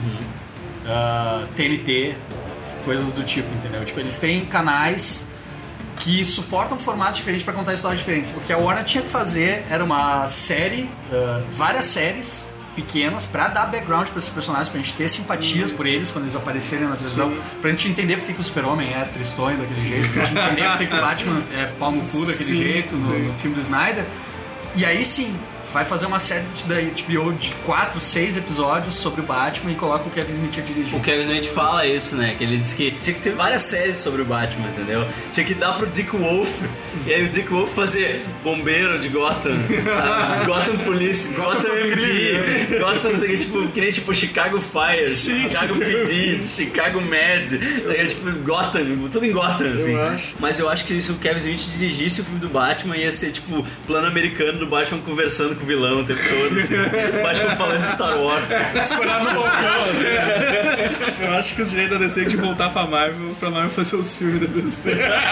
TNT, coisas do tipo, entendeu? Tipo, eles têm canais que suportam formatos diferentes pra contar histórias diferentes. O que a Warner tinha que fazer era uma série, várias séries pequenas pra dar background pra esses personagens, pra gente ter simpatias por eles quando eles aparecerem na televisão, pra gente entender porque que o Super-Homem é tristonho daquele jeito, pra gente entender porque que o Batman é pau no cu daquele jeito no filme do Snyder. E aí sim, vai fazer uma série da HBO de 4, 6 episódios sobre o Batman e coloca o Kevin Smith a dirigir. O Kevin Smith fala isso, né? Que ele disse que tinha que ter várias séries sobre o Batman, entendeu? Tinha que dar pro Dick Wolf, e aí o Dick Wolf fazer bombeiro de Gotham, Gotham Police, Gotham MD, Gotham, não sei o que, tipo, que nem tipo Chicago Fire, Chicago PD, Chicago Med, tipo Gotham, tudo em Gotham, assim. Mas eu acho que se o Kevin Smith dirigisse o filme do Batman, ia ser tipo plano americano do Batman conversando com o vilão o tempo todo, assim. O Batman falando de Star Wars. Escolhendo no balcão, assim. Eu acho que os direitos da DC é de voltar pra Marvel fazer os filmes da DC.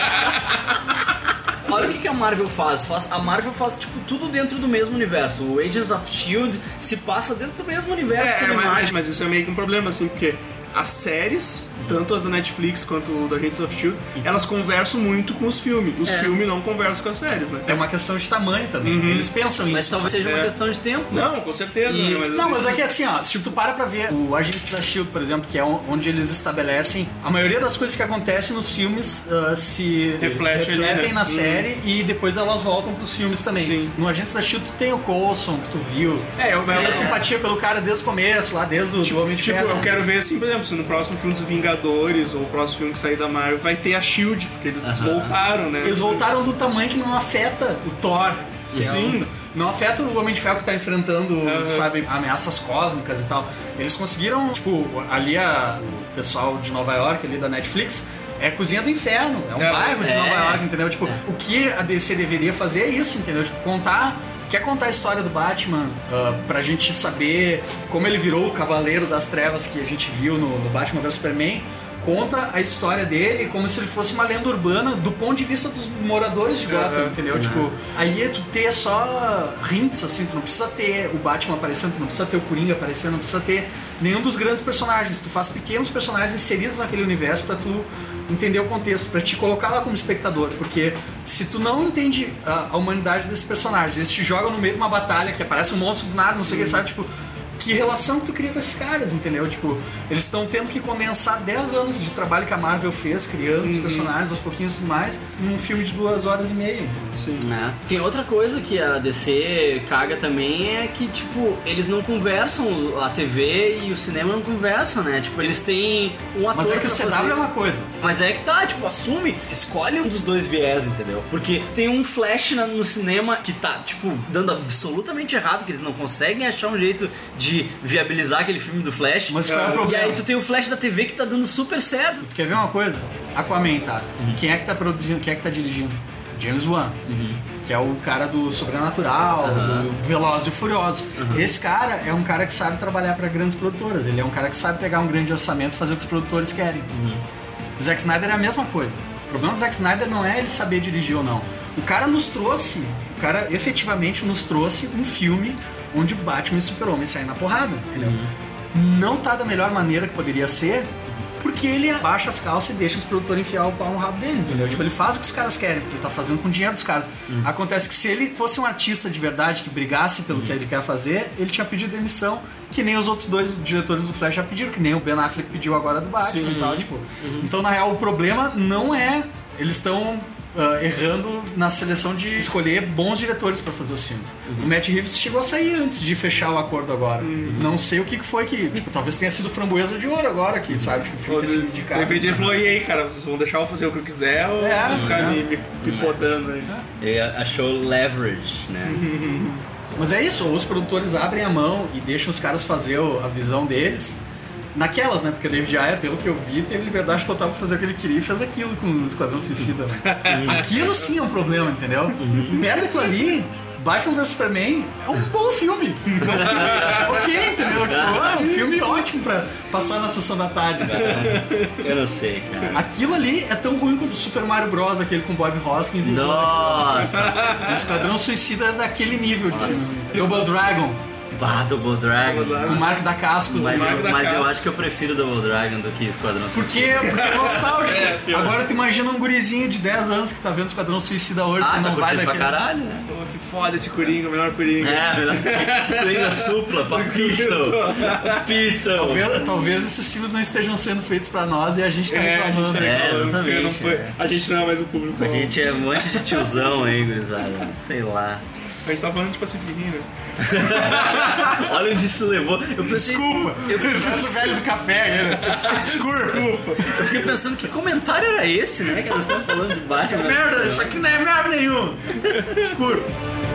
Olha o que a Marvel faz. A Marvel faz tipo tudo dentro do mesmo universo. O Agents of S.H.I.E.L.D. se passa dentro do mesmo universo cinemático. Mas isso é meio que um problema, assim, porque as séries, tanto as da Netflix quanto o da Agents of S.H.I.E.L.D., elas conversam muito com os filmes. Os filmes não conversam com as séries, né? É uma questão de tamanho também. Eles pensam Mas isso. talvez seja uma questão de tempo. Não, com certeza. E- Né? Mas é que assim, ó, se tu para pra ver o Agentes da S.H.I.E.L.D., por exemplo, que é onde eles estabelecem a maioria das coisas que acontecem nos filhos se Refletem ali, né? na série e depois elas voltam pros filmes também. Sim. No Agentes da S.H.I.E.L.D. tu tem o Coulson, que tu viu. Eu Tem simpatia pelo cara desde o começo, lá desde o Homem de Tipo, Ferro. eu quero ver assim, por exemplo, se no próximo filme dos Vingadores ou o próximo filme que sair da Marvel vai ter a S.H.I.E.L.D., porque eles voltaram, né? Eles voltaram do tamanho que não afeta o Thor. que Sim. Não afeta o Homem de Ferro que tá enfrentando, sabe, ameaças cósmicas e tal. Eles conseguiram, tipo, ali o pessoal de Nova York, ali da Netflix, é Cozinha do Inferno, é um bairro de Nova York, entendeu? Tipo, o que a DC deveria fazer é isso, entendeu? Tipo, contar quer contar a história do Batman, pra gente saber como ele virou o Cavaleiro das Trevas que a gente viu no Batman vs Superman, conta a história dele como se ele fosse uma lenda urbana do ponto de vista dos moradores de Gotham, entendeu? Tipo, aí é tu ter só hints, assim, tu não precisa ter o Batman aparecendo, tu não precisa ter o Coringa aparecendo, não precisa ter nenhum dos grandes personagens, tu faz pequenos personagens inseridos naquele universo pra tu entender o contexto, pra te colocar lá como espectador, porque se tu não entende a humanidade desses personagens, eles te jogam no meio de uma batalha que aparece um monstro do nada, não sei o que, sabe, tipo, que relação que tu cria com esses caras, entendeu? Tipo, eles estão tendo que condensar 10 anos de trabalho que a Marvel fez, criando os personagens aos pouquinhos e tudo mais, num filme de 2 horas e meia, entendeu? Sim. Tem outra coisa que a DC caga também, é que, tipo, eles não conversam, a TV e o cinema não conversam, né? Tipo, eles têm um ator. Mas é que o pra CW fazer. é uma coisa. Mas é que tá, tipo, assume, escolhe um dos dois viés, entendeu? Porque tem um Flash no cinema que tá, tipo, dando absolutamente errado, que eles não conseguem achar um jeito de viabilizar aquele filme do Flash. Mas qual é o E problema? aí tu tem o Flash da TV que tá dando super certo. Tu quer ver uma coisa? Aquaman, tá? Quem é que tá produzindo, quem é que tá dirigindo? James Wan. Que é o cara do Sobrenatural, do Velozes e Furiosos. Esse cara é um cara que sabe trabalhar pra grandes produtoras. Ele é um cara que sabe pegar um grande orçamento e fazer o que os produtores querem. Zack Snyder é a mesma coisa. O problema do Zack Snyder não é ele saber dirigir ou não. O cara efetivamente nos trouxe um filme onde o Batman e o Super-Homem saem na porrada, entendeu? Não tá da melhor maneira que poderia ser, porque ele abaixa as calças e deixa os produtores enfiar o pau no rabo dele, entendeu? Tipo, ele faz o que os caras querem, porque ele tá fazendo com o dinheiro dos caras. Acontece que se ele fosse um artista de verdade, que brigasse pelo que ele quer fazer, ele tinha pedido demissão, que nem os outros dois diretores do Flash já pediram, que nem o Ben Affleck pediu agora do Batman e tal, tipo. Então, na real, o problema não é... Eles estão errando na seleção de escolher bons diretores pra fazer os filmes. O Matt Reeves chegou a sair antes de fechar o acordo agora. Não sei o que foi que... Tipo, talvez tenha sido Framboesa de Ouro agora, que sabe? Tipo, o filme ter sido indicado. De repente ele falou, e aí, cara, vocês vão deixar eu fazer o que eu quiser ou vão ficar me podando aí? Ele achou leverage, né? Mas é isso, os produtores abrem a mão e deixam os caras fazer a visão deles. Naquelas, né? Porque o David Ayer, pelo que eu vi, teve liberdade total pra fazer o que ele queria e fez aquilo com o Esquadrão Suicida. Né? Aquilo sim é um problema, entendeu? Merda aquilo ali, Batman vs Superman é um bom filme. Ok, entendeu? Tipo, é um filme ótimo pra passar na sessão da tarde, cara. Eu não sei, cara. Aquilo ali é tão ruim quanto o Super Mario Bros, aquele com Bob Hoskins e o Nossa! O Esquadrão Suicida é daquele nível de filme. Double Dragon. Double Dragon. O Mark da Cascos. Mas Marco eu acho que eu prefiro Double Dragon do que Esquadrão Suicida. Porque é nostálgico. pior. Agora tu imagina um gurizinho de 10 anos que tá vendo o Esquadrão Suicida hoje, você Tá não vai curtindo pra daquele... caralho, né? Pô, que foda esse Coringa, o melhor Coringa. Coringa supla, papito. Talvez esses filmes não estejam sendo feitos pra nós e a gente tá A gente reclamando. tá reclamando, porque exatamente, não foi- A gente não é mais o público. A gente é um monte de tiozão aí, gurizada. Sei lá. A gente tá falando de Pacific Rim, né? Olha onde isso levou. Eu pensei, Desculpa, eu sou velho do café, né? Desculpa. eu fiquei pensando que comentário era esse, né? Que elas estão falando de Batman. Merda, isso aqui não é merda nenhuma. Desculpa.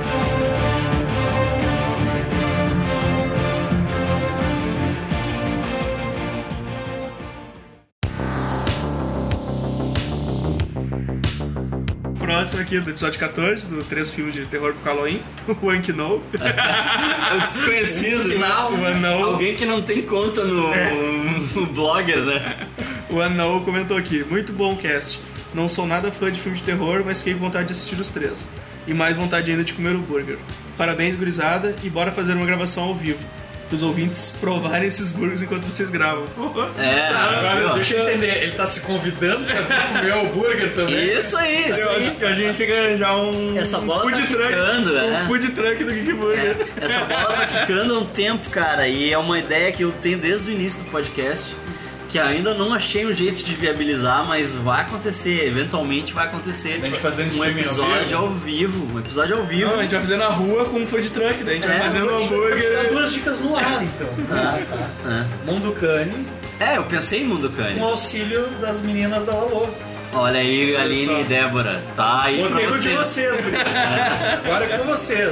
Próximo aqui do episódio 14, do 3 filmes de terror pro Halloween, o Unknown. O desconhecido. O Unknown. Alguém que não tem conta no blogger, né? O Unknown comentou aqui, muito bom cast. Não sou nada fã de filme de terror, mas fiquei com vontade de assistir os 3. E mais vontade ainda de comer o burger. Parabéns, gurizada, e bora fazer uma gravação ao vivo. Para os ouvintes provarem esses burgers enquanto vocês gravam. Agora, deixa eu entender, ele tá se convidando pra vir comer o hambúrguer também? Isso aí, isso Eu aí. acho que a gente tem que arranjar um Essa bola food tá truck, quicando, um food truck do Geek Burger. Essa bola tá quicando há um tempo, cara, e é uma ideia que eu tenho desde o início do podcast, que ainda não achei um jeito de viabilizar, mas vai acontecer, eventualmente vai acontecer. gente fazer um um streaming episódio ao vivo, um episódio ao vivo. Não, a gente vai fazer na rua com um food truck, daí a gente vai fazendo Vou te dar hambúrguer. 2 dicas no ar, então. Mundo Cane, Eu pensei em Mundo Cane. com auxílio das meninas da Lalô. Olha aí, Aline só. e Débora, tá aí Botei pra no de você. vocês, gurias. Agora é com vocês.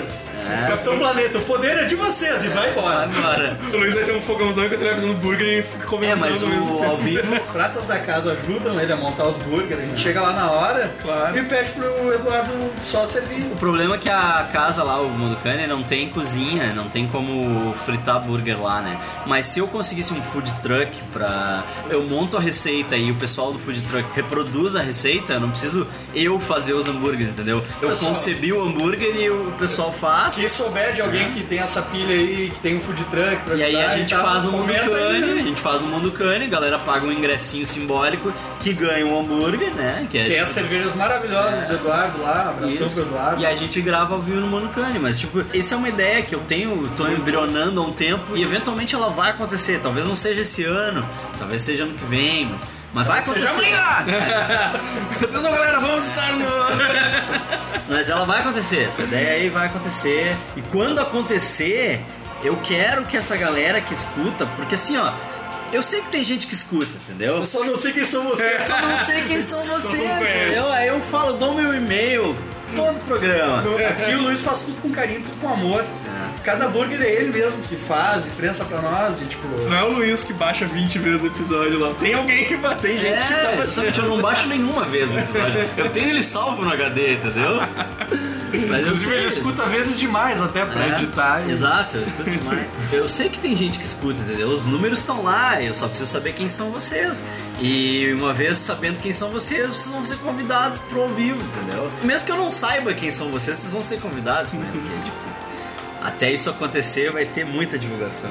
Capitão Planeta, o poder é de vocês e vai embora. Vai embora. O Luiz vai ter um fogãozão enquanto ele vai fazendo burger e fica comentando Mas o ao vivo... Os pratas da casa ajudam ele a montar os burgers. A gente chega lá na hora e pede pro Eduardo só servir. O problema é que a casa lá, o Mundo Cane, não tem cozinha, não tem como fritar burger lá, né? Mas se eu conseguisse um food truck eu monto a receita e o pessoal do food truck reproduz a receita, eu não preciso eu fazer os hambúrgueres, entendeu? Eu concebi o hambúrguer e o pessoal faz. Se souber de alguém que tem essa pilha aí, que tem um food truck pra E aí a gente faz no Mundo Cane, né? a gente faz no Mundo Cane, a galera paga um ingressinho simbólico que ganha um hambúrguer, né? Que é, Tem as cervejas maravilhosas do Eduardo lá, abração pro Eduardo. E a gente grava ao vivo no Mundo Cane, mas tipo, essa é uma ideia que eu tô embrionando há um tempo e eventualmente ela vai acontecer. Talvez não seja esse ano, talvez seja ano que vem, mas vai acontecer. Atenção, galera, vamos estar no... Mas ela vai acontecer, essa ideia aí vai acontecer. E quando acontecer, eu quero que essa galera que escuta, porque assim, ó, eu sei que tem gente que escuta, entendeu? Eu só não sei quem são vocês. Eu só não sei quem são vocês, entendeu? Aí eu falo, dou meu e-mail, todo o programa. Aqui o Luiz faz tudo com carinho, tudo com amor. Cada burger é ele mesmo que faz e prensa pra nós e tipo... Não é o Luiz que baixa 20 vezes o episódio lá. Tem alguém que bate, tem gente que tá exatamente, eu não baixo nenhuma vez o episódio. Eu tenho ele salvo no HD, entendeu? Mas Inclusive ele escuta vezes demais até pra editar. Exato, eu escuto demais. Eu sei que tem gente que escuta, entendeu? Os números estão lá, eu só preciso saber quem são vocês. E uma vez sabendo quem são vocês vão ser convidados pro ao vivo, entendeu? Mesmo que eu não saiba quem são vocês vão ser convidados, né? Porque, tipo, até isso acontecer vai ter muita divulgação.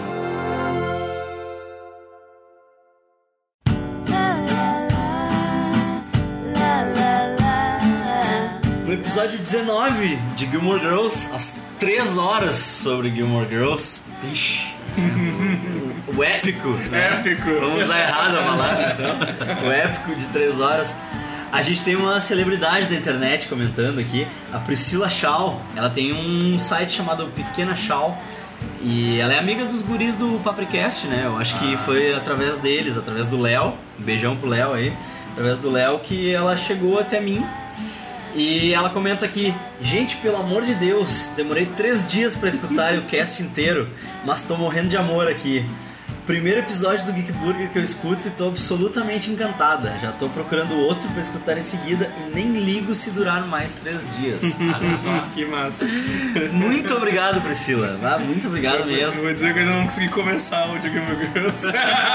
No episódio 19 de Gilmore Girls, às 3 horas sobre Gilmore Girls. Ixi. O épico, né? Épico. Vamos usar errado a palavra, então. O épico de 3 horas. A gente tem uma celebridade da internet comentando aqui, a Priscila Shaw. Ela tem um site chamado Pequena Shaw e ela é amiga dos guris do Papricast, né? Eu acho que foi através deles, através do Léo. Um beijão pro Léo aí. Através do Léo que ela chegou até mim. E ela comenta aqui: gente, pelo amor de Deus, demorei 3 dias pra escutar o cast inteiro, mas tô morrendo de amor aqui. Primeiro episódio do Geek Burger que eu escuto e tô absolutamente encantada. Já tô procurando outro pra escutar em seguida e nem ligo se durar mais 3 dias. Olha só. Que massa. Muito obrigado, Priscila. Ah, muito obrigado mesmo. Eu vou dizer que eu ainda não consegui começar o Gilmore Girls.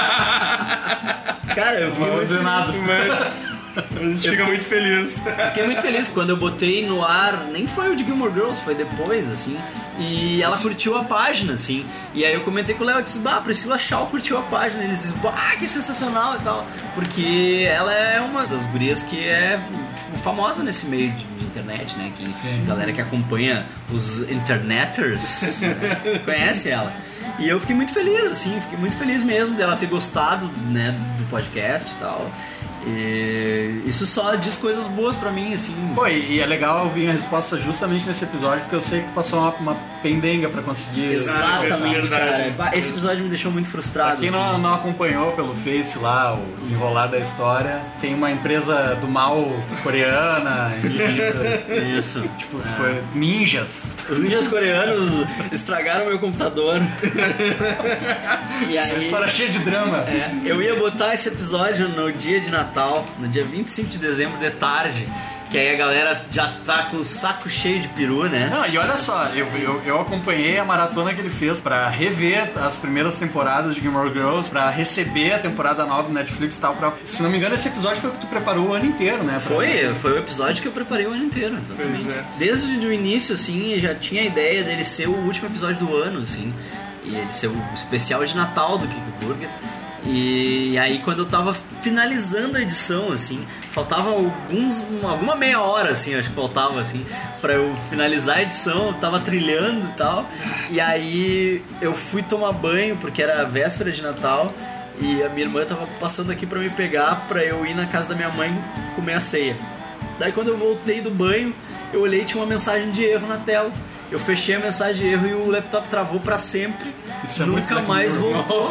Cara, eu fiquei muito feliz. Mas a gente fica muito feliz. Fiquei muito feliz quando eu botei no ar, nem foi o de Gilmore Girls, foi depois, assim. E ela curtiu a página, assim. E aí eu comentei com o Léo e disse: bah, Priscila Shaw curtiu a página. Eles dizem: bah, que sensacional e tal. Porque ela é uma das gurias que é tipo, famosa nesse meio de internet, né? Que a galera que acompanha os interneters né, conhece ela. E eu fiquei muito feliz, assim, fiquei muito feliz mesmo dela ter gostado, né, do podcast e tal. E isso só diz coisas boas pra mim, assim. Pô, e é legal ouvir a resposta justamente nesse episódio, porque eu sei que tu passou uma pendenga pra conseguir. Exatamente, verdade. cara. Esse episódio me deixou muito frustrado. Pra quem assim. não acompanhou pelo Face lá, o desenrolar da história, tem uma empresa do mal coreana, Isso. tipo, foi ninjas. Os ninjas coreanos estragaram meu computador. E Essa aí, história cheia de drama. eu ia botar esse episódio no dia de Natal, no dia 25 de dezembro de tarde, que aí a galera já tá com o saco cheio de peru, né? Não, e olha só, eu acompanhei a maratona que ele fez pra rever as primeiras temporadas de Gilmore Girls, pra receber a temporada nova do Netflix e tal. Se não me engano, esse episódio foi o que tu preparou o ano inteiro, né? Foi o episódio que eu preparei o ano inteiro, exatamente. Pois é. Desde o início, assim, já tinha a ideia dele ser o último episódio do ano, assim, e ele ser o especial de Natal do Geek Burger. E aí quando eu tava finalizando a edição, assim, faltava alguma meia hora, assim, acho que faltava, assim, pra eu finalizar a edição, eu tava trilhando e tal. E aí eu fui tomar banho, porque era a véspera de Natal, e a minha irmã tava passando aqui pra me pegar, pra eu ir na casa da minha mãe comer a ceia. Daí quando eu voltei do banho, eu olhei e tinha uma mensagem de erro na tela. Eu fechei a mensagem de erro e o laptop travou pra sempre. Isso é muito Nunca Black mais Mirror. voltou.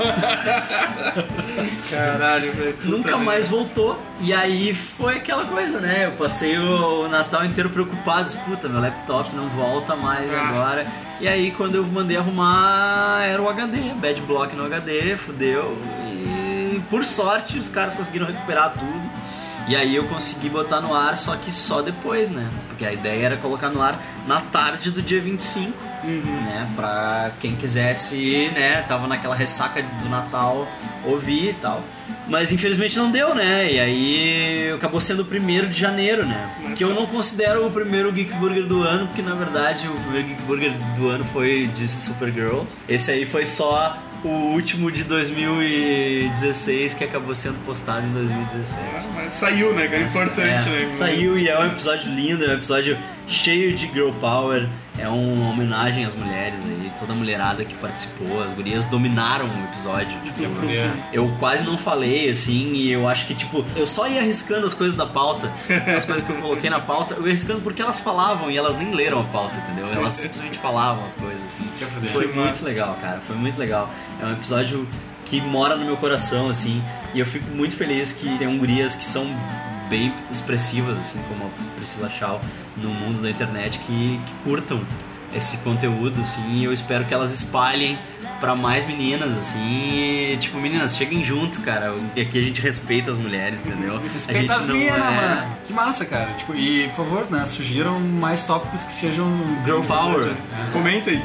Caralho, velho. puta Nunca merda. mais voltou. E aí foi aquela coisa, né? Eu passei o Natal inteiro preocupado. Puta, meu laptop não volta mais agora. E aí quando eu mandei arrumar, era o HD. Bad block no HD, fudeu. E por sorte os caras conseguiram recuperar tudo. E aí eu consegui botar no ar, só que só depois, né? Porque a ideia era colocar no ar na tarde do dia 25, né? Pra quem quisesse, né? Tava naquela ressaca do Natal, ouvir e tal. Mas infelizmente não deu, né? E aí acabou sendo o 1º de janeiro, né? Que eu não considero o primeiro Geek Burger do ano, porque na verdade o primeiro Geek Burger do ano foi de Supergirl. Esse aí foi só o último de 2016 que acabou sendo postado em 2017. Mas saiu, né? Que é importante, né? Saiu e é um episódio lindo, é um episódio cheio de girl power, é uma homenagem às mulheres aí, toda a mulherada que participou, as gurias dominaram o episódio, tipo, eu quase não falei, assim, e eu acho que, tipo, eu só ia arriscando as coisas da pauta, as coisas que eu coloquei na pauta, eu ia arriscando porque elas falavam e elas nem leram a pauta, entendeu? Elas simplesmente falavam as coisas, assim. Foi muito legal, cara, foi muito legal. É um episódio que mora no meu coração, assim, e eu fico muito feliz que tem gurias que são bem expressivas, assim, como a Priscila Shaw, no mundo da internet, que curtam esse conteúdo, assim, e eu espero que elas espalhem pra mais meninas, assim, e, tipo, meninas, cheguem junto, cara, e aqui a gente respeita as mulheres, entendeu? Respeita A as gente não minas, é- mano. Que massa, cara. Tipo, e, por favor, né, sugiram mais tópicos que sejam... Girl Power. Comenta aí.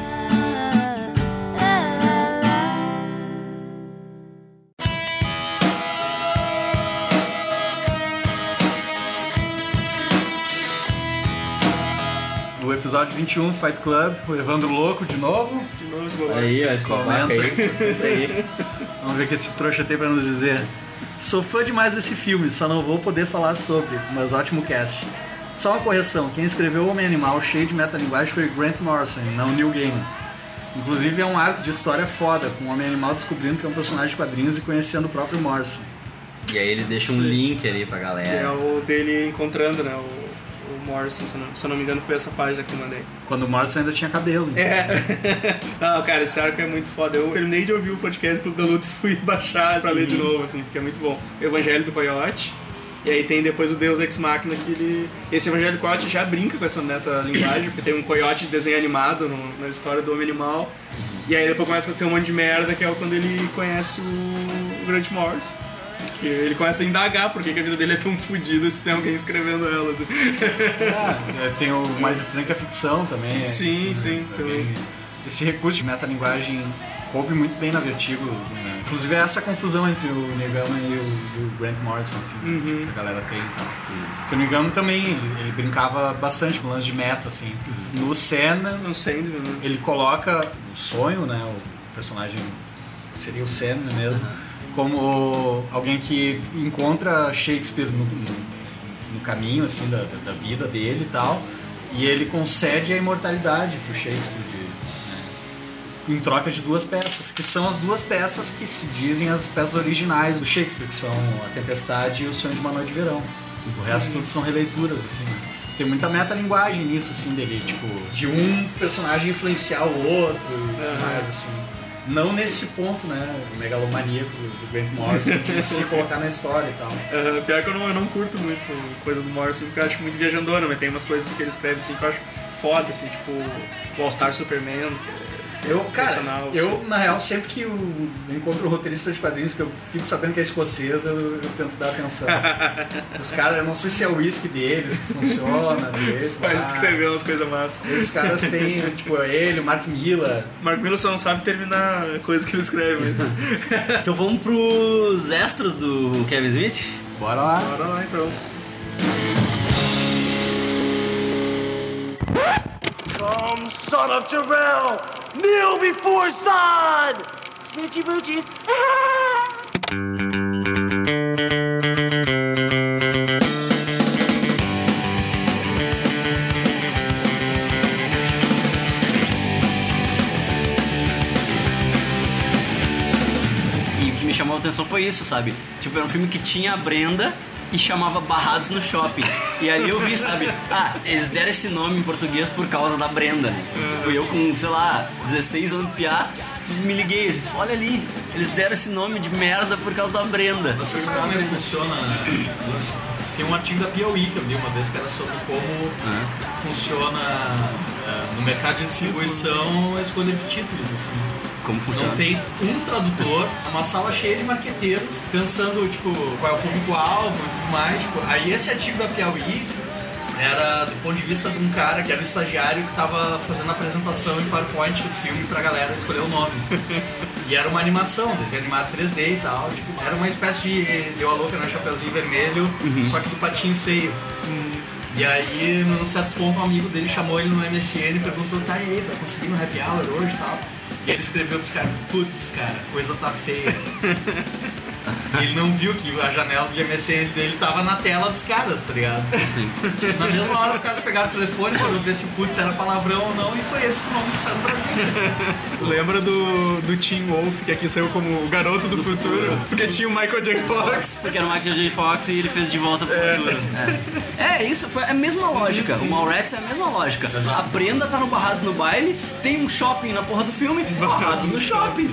O episódio 21, Fight Club, o Evandro louco de novo. De novo esse bagulho. Aí, ó, esse babaca aí, sempre aí. Vamos ver o que esse trouxa tem pra nos dizer. Sou fã demais desse filme, só não vou poder falar sobre, mas ótimo cast. Só uma correção, quem escreveu O Homem Animal cheio de metalinguagem foi Grant Morrison, não Neil Gaiman. Inclusive é um arco de história foda, com o Homem Animal descobrindo que é um personagem de quadrinhos e conhecendo o próprio Morrison. E aí ele deixa um link ali pra Que é galera. o dele encontrando, né? O Morrison, se eu não me engano, foi essa página que eu mandei. Quando o Morrison ainda tinha cabelo. Não, cara, esse arco é muito foda. Eu terminei de ouvir o podcast Clube da Luta e fui baixar pra ler de novo, assim, porque é muito bom. O Evangelho do Coyote. E aí tem depois o Deus Ex Machina, que ele... Esse Evangelho do Coyote já brinca com essa meta-linguagem, porque tem um coiote de desenho animado na história do Homem Animal. E aí depois começa a ser um monte de merda, que é quando ele conhece o Grant Morrison. Que ele começa a indagar por que a vida dele é tão fodida se tem alguém escrevendo ela. Assim. Tem o mais estranho que a ficção também. Sim, sim, também. Esse recurso de metalinguagem coube muito bem na Vertigo, né? Inclusive é essa confusão entre o Neil Gaiman e o Grant Morrison, assim, que a galera tem e tal. Porque o Neil Gaiman também, ele brincava bastante com o lance de meta, assim. No Senna, Não sei, né? ele coloca o sonho, né, o personagem seria o Senna mesmo, como alguém que encontra Shakespeare no caminho, assim, da vida dele e tal, e ele concede a imortalidade pro Shakespeare, em troca de duas peças, que são as duas peças que se dizem as peças originais do Shakespeare, que são A Tempestade e O Sonho de uma Noite de Verão. O resto tudo são releituras, assim. Tem muita metalinguagem nisso, assim, dele, tipo, de um personagem influenciar o outro e tudo mais, assim. Não nesse ponto, né, megalomaníaco do Grant Morrison, de se colocar na história e tal. Pior que eu não curto muito coisa do Morrison, porque eu acho muito viajandona, mas tem umas coisas que ele escreve assim que eu acho foda, assim, tipo o All Star Superman. Cara, eu, na real, sempre que eu encontro um roteirista de quadrinhos que eu fico sabendo que é escocês, eu tento dar atenção. Os caras, eu não sei se é o whisky deles que funciona direito. Mas escrever umas coisas massas. Os caras têm, tipo, ele, o Mark Millar. Mark Millar só não sabe terminar a coisa que ele escreve, mas... Então vamos pros extras do Kevin Smith? Bora lá. Bora lá, então. Come, son of Jarrell! Kneel before Zod! Smoochy boochies. E o que me chamou a atenção foi isso, sabe? Tipo, era um filme que tinha a Brenda e chamava Barrados no Shopping. E aí eu vi, sabe? Eles deram esse nome em português por causa da Brenda, né? Tipo, eu com, sei lá, 16 anos de piá, me liguei, olha ali, eles deram esse nome de merda por causa da Brenda. Você sabe como é que funciona? Tem um artigo da Piauí que eu li uma vez que era sobre como funciona no mercado de distribuição a escolha de títulos, assim. Como funciona? Não tem um tradutor, é uma sala cheia de marqueteiros pensando, tipo, qual é o público-alvo e tudo mais. Tipo, aí esse artigo da Piauí era do ponto de vista de um cara que era um estagiário que tava fazendo a apresentação em PowerPoint do filme pra galera escolher o nome. E era uma animação, desenho animado 3D e tal. Tipo, era uma espécie de Deu a Louca na Chapeuzinho Vermelho, só que do patinho feio. E aí, num certo ponto, um amigo dele chamou ele no MSN e perguntou: tá aí, vai conseguir no Happy Hour hoje e tal? E ele escreveu pros caras: putz, cara, coisa tá feia. E ele não viu que a janela de MSN dele tava na tela dos caras, tá ligado? Sim. Na mesma hora os caras pegaram o telefone, foram ver se putz era palavrão ou não, e foi esse o nome que saiu no Brasil. Lembra do Teen Wolf, que aqui saiu como o garoto do futuro, porque tinha o Michael J. Fox. Porque era o Michael J. Fox e ele fez De Volta pro Futuro. Isso foi a mesma lógica. O Mallrats é a mesma lógica. A Brenda tá no Barrados no Baile, tem um shopping na porra do filme, Barrados no Shopping.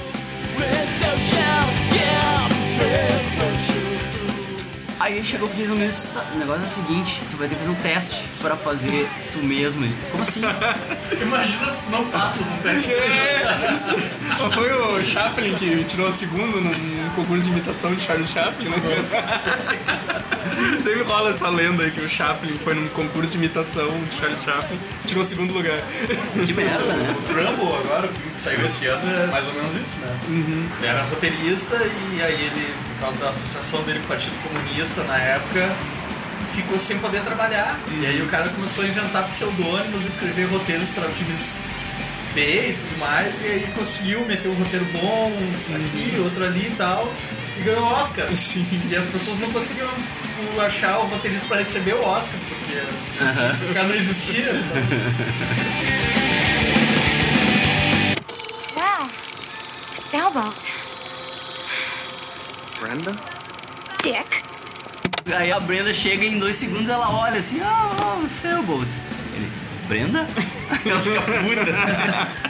Aí chegou pro Jason Mills, o negócio é o seguinte, você vai ter que fazer um teste pra fazer tu mesmo. Ele, como assim? Imagina se não passa no teste. Foi o Chaplin que tirou o segundo num concurso de imitação de Charles Chaplin, né? Sempre rola essa lenda aí que o Chaplin foi num concurso de imitação de Charles Chaplin, tirou o segundo lugar. Que merda, né? O Trumbo, agora, o filme que saiu esse ano, é mais ou menos isso, né? Ele era roteirista e aí ele, por causa da associação dele com o Partido Comunista na época, ficou sem poder trabalhar. E aí o cara começou a inventar pseudônimos, escrever roteiros para filmes B e tudo mais, e aí conseguiu meter um roteiro bom aqui, outro ali e tal, e ganhou o Oscar. Sim. E as pessoas não conseguiam, tipo, achar o roteirista para receber o Oscar, porque o cara não existia. Wow. A sailboat. Brenda? Dick. Aí a Brenda chega e em 2 segundos ela olha assim, o Sailboat. Ele, Brenda? Ela fica puta.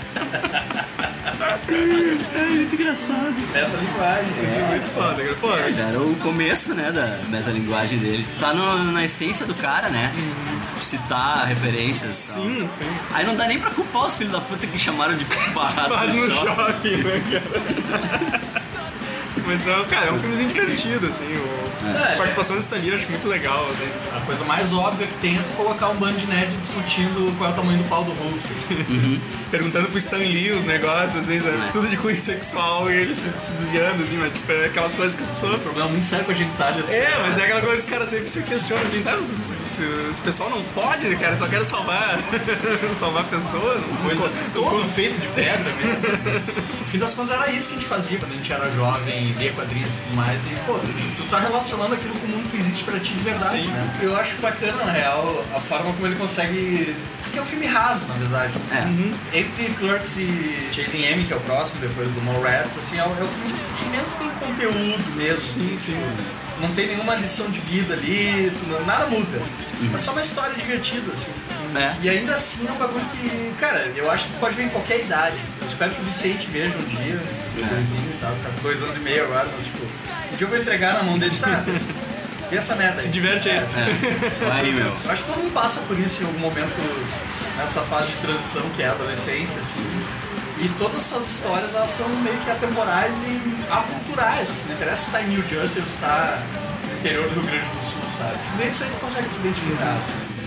É muito engraçado. Metalinguagem. Isso é muito foda, cara. Pô, Era o começo, né, da metalinguagem dele. Tá na essência do cara, né? Citar referências e tal. sim, sim. Aí não dá nem pra culpar os filhos da puta que chamaram de Barrados no shopping, né, cara? Mas, cara, é um filmezinho divertido, assim. A participação do Stan Lee eu acho muito legal. Né? A coisa mais óbvia que tem é tu colocar um bando de nerd discutindo qual é o tamanho do pau do Hulk. Perguntando pro Stan Lee os negócios, assim, tudo de cunho sexual e ele se desviando, assim, mas tipo, é aquelas coisas que as pessoas... Um problema muito sério com a genitália. Mas é aquela coisa que os caras sempre se questionam, assim, tá, esse pessoal não pode, cara, só quer salvar a pessoa. Coisa todo feito de pedra mesmo. No fim das contas era isso que a gente fazia quando a gente era jovem, lia quadrinhos e tudo mais, e pô, tu tá relacionando aquilo com o mundo que existe pra ti de verdade, Sim. né? Eu acho bacana, na real, a forma como ele consegue... Porque é um filme raso, na verdade. Entre Clerks e Chasing Amy, que é o próximo, depois do Mallrats, assim, é o filme que menos tem conteúdo mesmo. Sim. Não tem nenhuma lição de vida ali, nada muda. É só uma história divertida, assim. E ainda assim é um bagulho que, cara, eu acho que pode ver em qualquer idade. Eu espero que o Vicente veja um dia, bebezinho e tal, tá com 2 anos e meio agora, mas tipo, um dia eu vou entregar na mão dele e vê essa merda aí. Se diverte aí. Aí, meu. Eu acho que todo mundo passa por isso em algum momento nessa fase de transição que é a adolescência, assim. E todas essas histórias, elas são meio que atemporais e aculturais, assim, não interessa se tá em New Jersey ou se tá no interior do Rio Grande do Sul, sabe? Tu vê isso aí, tu consegue te identificar, assim.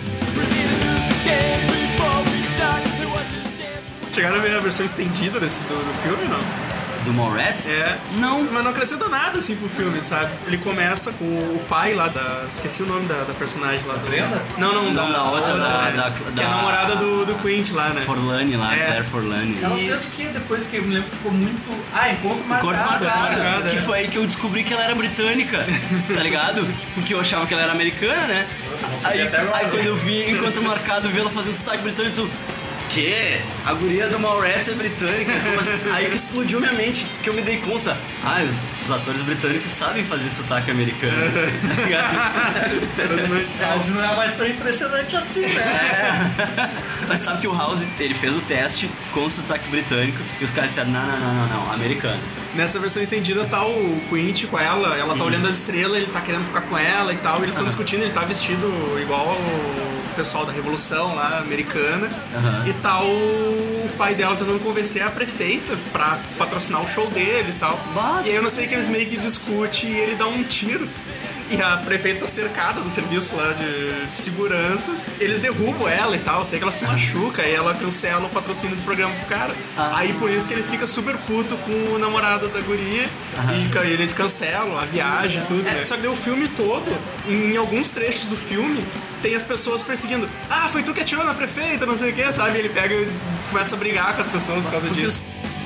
Chegaram a ver a versão estendida do filme, não? Do Mallrats? Não, mas não acrescenta nada assim pro filme, sabe? Ele começa com o pai lá da... Esqueci o nome da personagem lá. Brenda? Não, da outra, que é a namorada do Quint lá, né? Forlani lá, Claire Forlani. Ela fez o que depois que eu me lembro que ficou muito... Encontro Marcado. Que foi aí que eu descobri que ela era britânica, tá ligado? Porque eu achava que ela era americana, né? Aí quando eu vi Encontro Marcado, vi ela fazendo sotaque britânico, Que? A guria do Mallrats é britânica. Aí que explodiu minha mente, que eu me dei conta. Os atores britânicos sabem fazer sotaque americano. Tá ligado? Mas não é mais tão impressionante assim, né? Mas sabe que o House, ele fez o teste com o sotaque britânico e os caras disseram, não, americano. Nessa versão estendida tá o Quint com ela tá olhando as estrelas, ele tá querendo ficar com ela e tal, e eles estão discutindo, ele tá vestido igual o pessoal da Revolução lá, americana, e tá o pai dela tentando convencer a prefeita pra patrocinar o show dele e tal. E aí eu não sei que eles meio que discutem e ele dá um tiro. E a prefeita tá cercada do serviço lá de seguranças. Eles derrubam ela e tal. Sei que ela se machuca e ela cancela o patrocínio do programa pro cara. Aí por isso que ele fica super puto com o namorado da guria. E eles cancelam a viagem e tudo. Só que daí o filme todo, em alguns trechos do filme, tem as pessoas perseguindo. Foi tu que atirou na prefeita, não sei o que, sabe? Ele pega e começa a brigar com as pessoas por causa disso.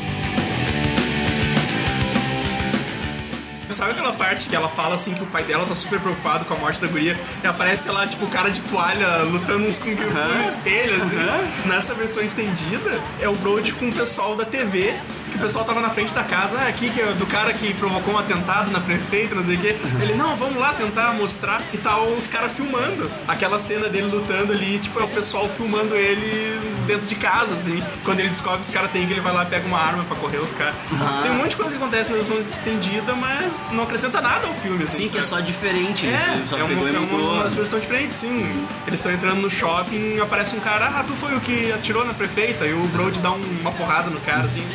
Sabe aquela parte que ela fala assim que o pai dela tá super preocupado com a morte da guria e aparece lá, tipo, o cara de toalha lutando uns com o no espelho, assim. Nessa versão estendida, é o Brody com o pessoal da TV, que o pessoal tava na frente da casa, aqui que é do cara que provocou um atentado na prefeita, não sei o quê. Ele, não, vamos lá tentar mostrar e tal, os caras filmando aquela cena dele lutando ali, tipo, é o pessoal filmando ele dentro de casa, assim. Quando ele descobre que os caras têm, que ele vai lá e pega uma arma pra correr os caras. Tem um monte de coisa que acontece na versão estendida, mas não acrescenta nada ao filme, assim. Sim, que é só diferente. É uma versão diferente, sim. Eles estão entrando no shopping, aparece um cara, tu foi o que atirou na prefeita, e o Brody dá uma porrada no cara, assim.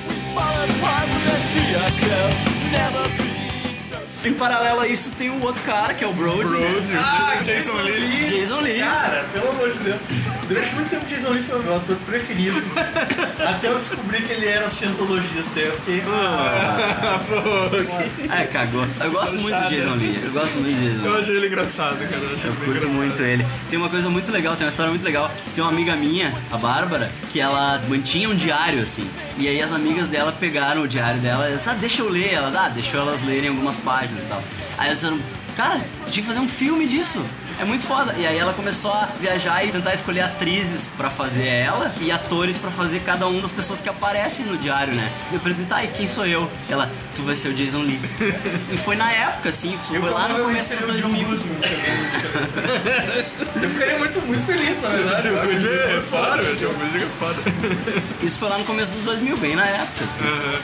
Em paralelo a isso, tem um outro cara, que é o Brody. Jason Lee. Jason Lee. Cara, pelo amor de Deus. Durante muito tempo, Jason Lee foi o meu ator preferido. Até eu descobri que ele era cientologista. Eu fiquei... Cagou. Eu gosto muito do Jason Lee. Eu achei ele engraçado, cara. Eu curto muito ele. Tem uma coisa muito legal, tem uma história muito legal. Tem uma amiga minha, a Bárbara, que ela mantinha um diário, assim. E aí as amigas dela pegaram o diário dela e disseram, deixa eu ler. Ela, deixou elas lerem algumas páginas e tal. Aí elas disseram, cara, tu tinha que fazer um filme disso. É muito foda. E aí ela começou a viajar e tentar escolher atrizes pra fazer ela e atores pra fazer cada um das pessoas que aparecem no diário, né? Eu perguntei, e quem sou eu? Ela, tu vai ser o Jason Lee. E foi na época, assim, foi lá no começo do 2000. Eu ficaria muito, muito feliz, na verdade. É foda. Isso foi lá no começo dos 2000, bem na época, assim.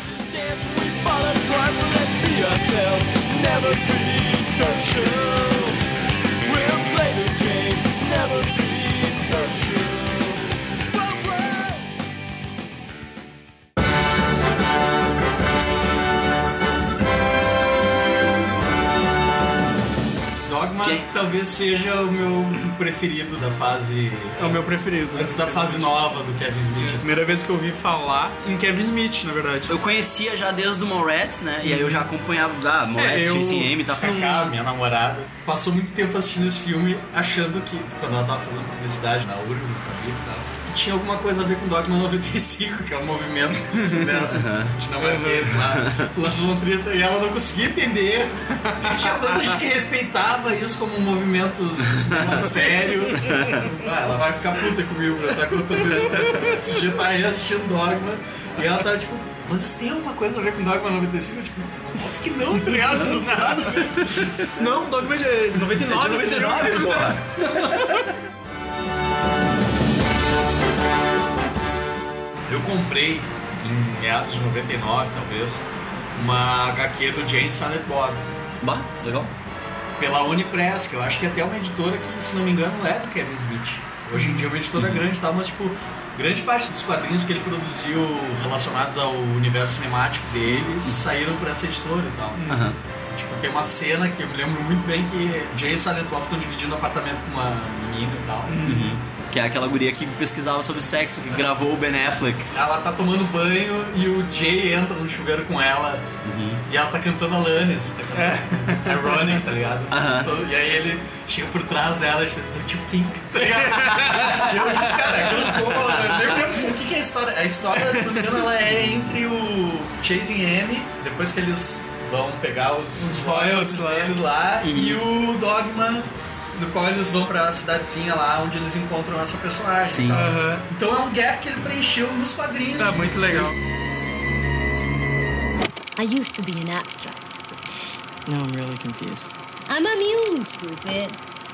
Dogma talvez seja o meu preferido da fase... É o meu preferido. Antes da fase nova do Kevin Smith. Primeira vez que eu ouvi falar em Kevin Smith, na verdade. Eu conhecia já desde o Mallrats, né? E aí eu já acompanhava Mallrats, JCM e tal. Cacá, minha namorada, passou muito tempo assistindo esse filme achando que, quando ela tava fazendo publicidade na URGS, na família e tal, que tinha alguma coisa a ver com Dogma 95, que é o movimento dinamarquês lá de Londrina, e ela não conseguia entender que tinha tanta gente que respeitava isso como um movimento de cinema sério. Ela vai ficar puta comigo, ela tá contando esse dia tá aí assistindo Dogma, e ela tá tipo, mas isso tem alguma coisa a ver com Dogma 95? Eu, tipo, óbvio que não, tá ligado? Do nada. Não, Dogma é de 99, É de 99, porra. Eu comprei, em meados de 99, talvez, uma HQ do Jane Silent Bob. Bah, legal. Pela Unipress, que eu acho que é até uma editora que, se não me engano, é do Kevin Smith. Hoje em dia é uma editora grande e tal, mas, tipo, grande parte dos quadrinhos que ele produziu relacionados ao universo cinemático deles saíram por essa editora e tal. Tipo, tem uma cena que eu me lembro muito bem que Jay e Silent Bob estão dividindo um apartamento com uma menina e tal. Que é aquela guria que pesquisava sobre sexo, que gravou o Ben Affleck. Ela tá tomando banho e o Jay entra no chuveiro com ela e ela tá cantando Alanis, tá cantando Ironic, tá ligado? E aí ele chega por trás dela e diz, don't you think? Tá ligado? E eu digo, cara, aquilo ficou falando. O que é a história? A história, se não me engano, ela é entre o Chasing Amy, depois que eles vão pegar os royalties deles lá, e o Dogma no qual eles vão pra cidadezinha lá onde eles encontram essa personagem. Sim. E tal. Então é um gap que ele preencheu nos quadrinhos. É muito legal. I used to be an abstract. No, I'm really confused. I'm amused, stupid.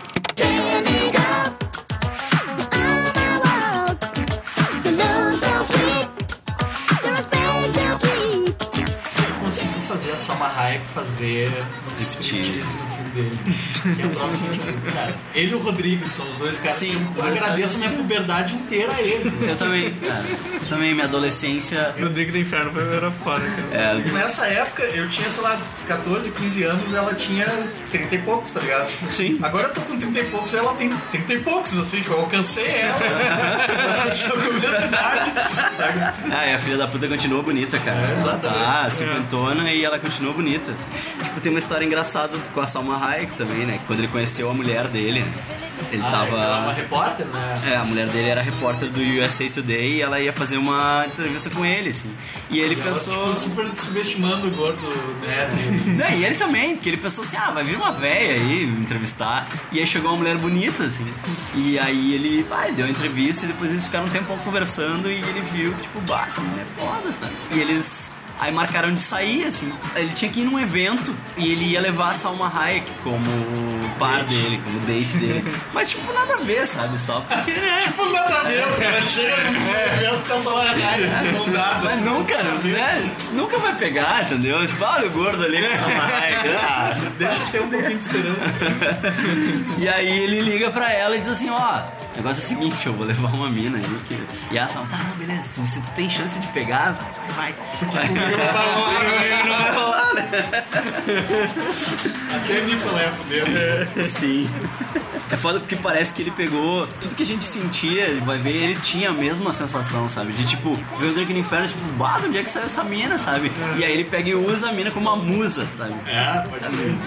Conseguiu fazer a Salma Hayek fazer striptease no filme dele. Que é um troço tipo, cara. Ele e o Rodrigues são os dois caras. Sim, que eu agradeço minha puberdade inteira a ele. Eu também, cara. Também, minha adolescência. No Drink do Inferno era foda, cara. Nessa época, eu tinha, sei lá, 14, 15 anos, ela tinha 30 e poucos, tá ligado? Sim. Agora eu tô com 30 e poucos, ela tem 30 e poucos, assim, tipo, eu alcancei ela. Só com a mesma idade. E a filha da puta continua bonita, cara. Ela tá cinquentona e ela continua bonita. Tipo, tem uma história engraçada com a Salma Hayek também, né? Quando ele conheceu a mulher dele, né? Ele tava... Ela é uma repórter, né? A mulher dele era repórter do USA Today e ela ia fazer uma entrevista com ele, assim. E ele pensou... Ela, tipo, super subestimando o gordo nerd. E ele também, porque ele pensou assim, vai vir uma véia aí me entrevistar. E aí chegou uma mulher bonita, assim. E aí ele, deu a entrevista e depois eles ficaram um tempão conversando e ele viu que, tipo, essa mulher é foda, sabe? E eles... Aí marcaram de sair, assim. Ele tinha que ir num evento e ele ia levar a Salma Hayek como par dele, como date dele. Mas, tipo, nada a ver, sabe? Só porque, né? Tipo, nada a ver, o cara chega no evento com a Salma Hayek, não dá. Mas nunca, né? Nunca vai pegar, entendeu? Tipo, olha o gordo ali com a Salma Hayek. Deixa eu ter um pouquinho de esperança. E aí ele liga pra ela e diz assim, o negócio é o seguinte, eu vou levar uma mina aí. E ela fala, não, beleza, se tu tem chance de pegar, vai. Porque não vai rolar, né? Até nisso ela ia fuder. Sim. É foda porque parece que ele pegou tudo que a gente sentia, ele vai ver, ele tinha a mesma sensação, sabe? De tipo, ver o Drink no Inferno, tipo, de onde é que saiu essa mina, sabe? E aí ele pega e usa a mina como uma musa, sabe? Pode ver.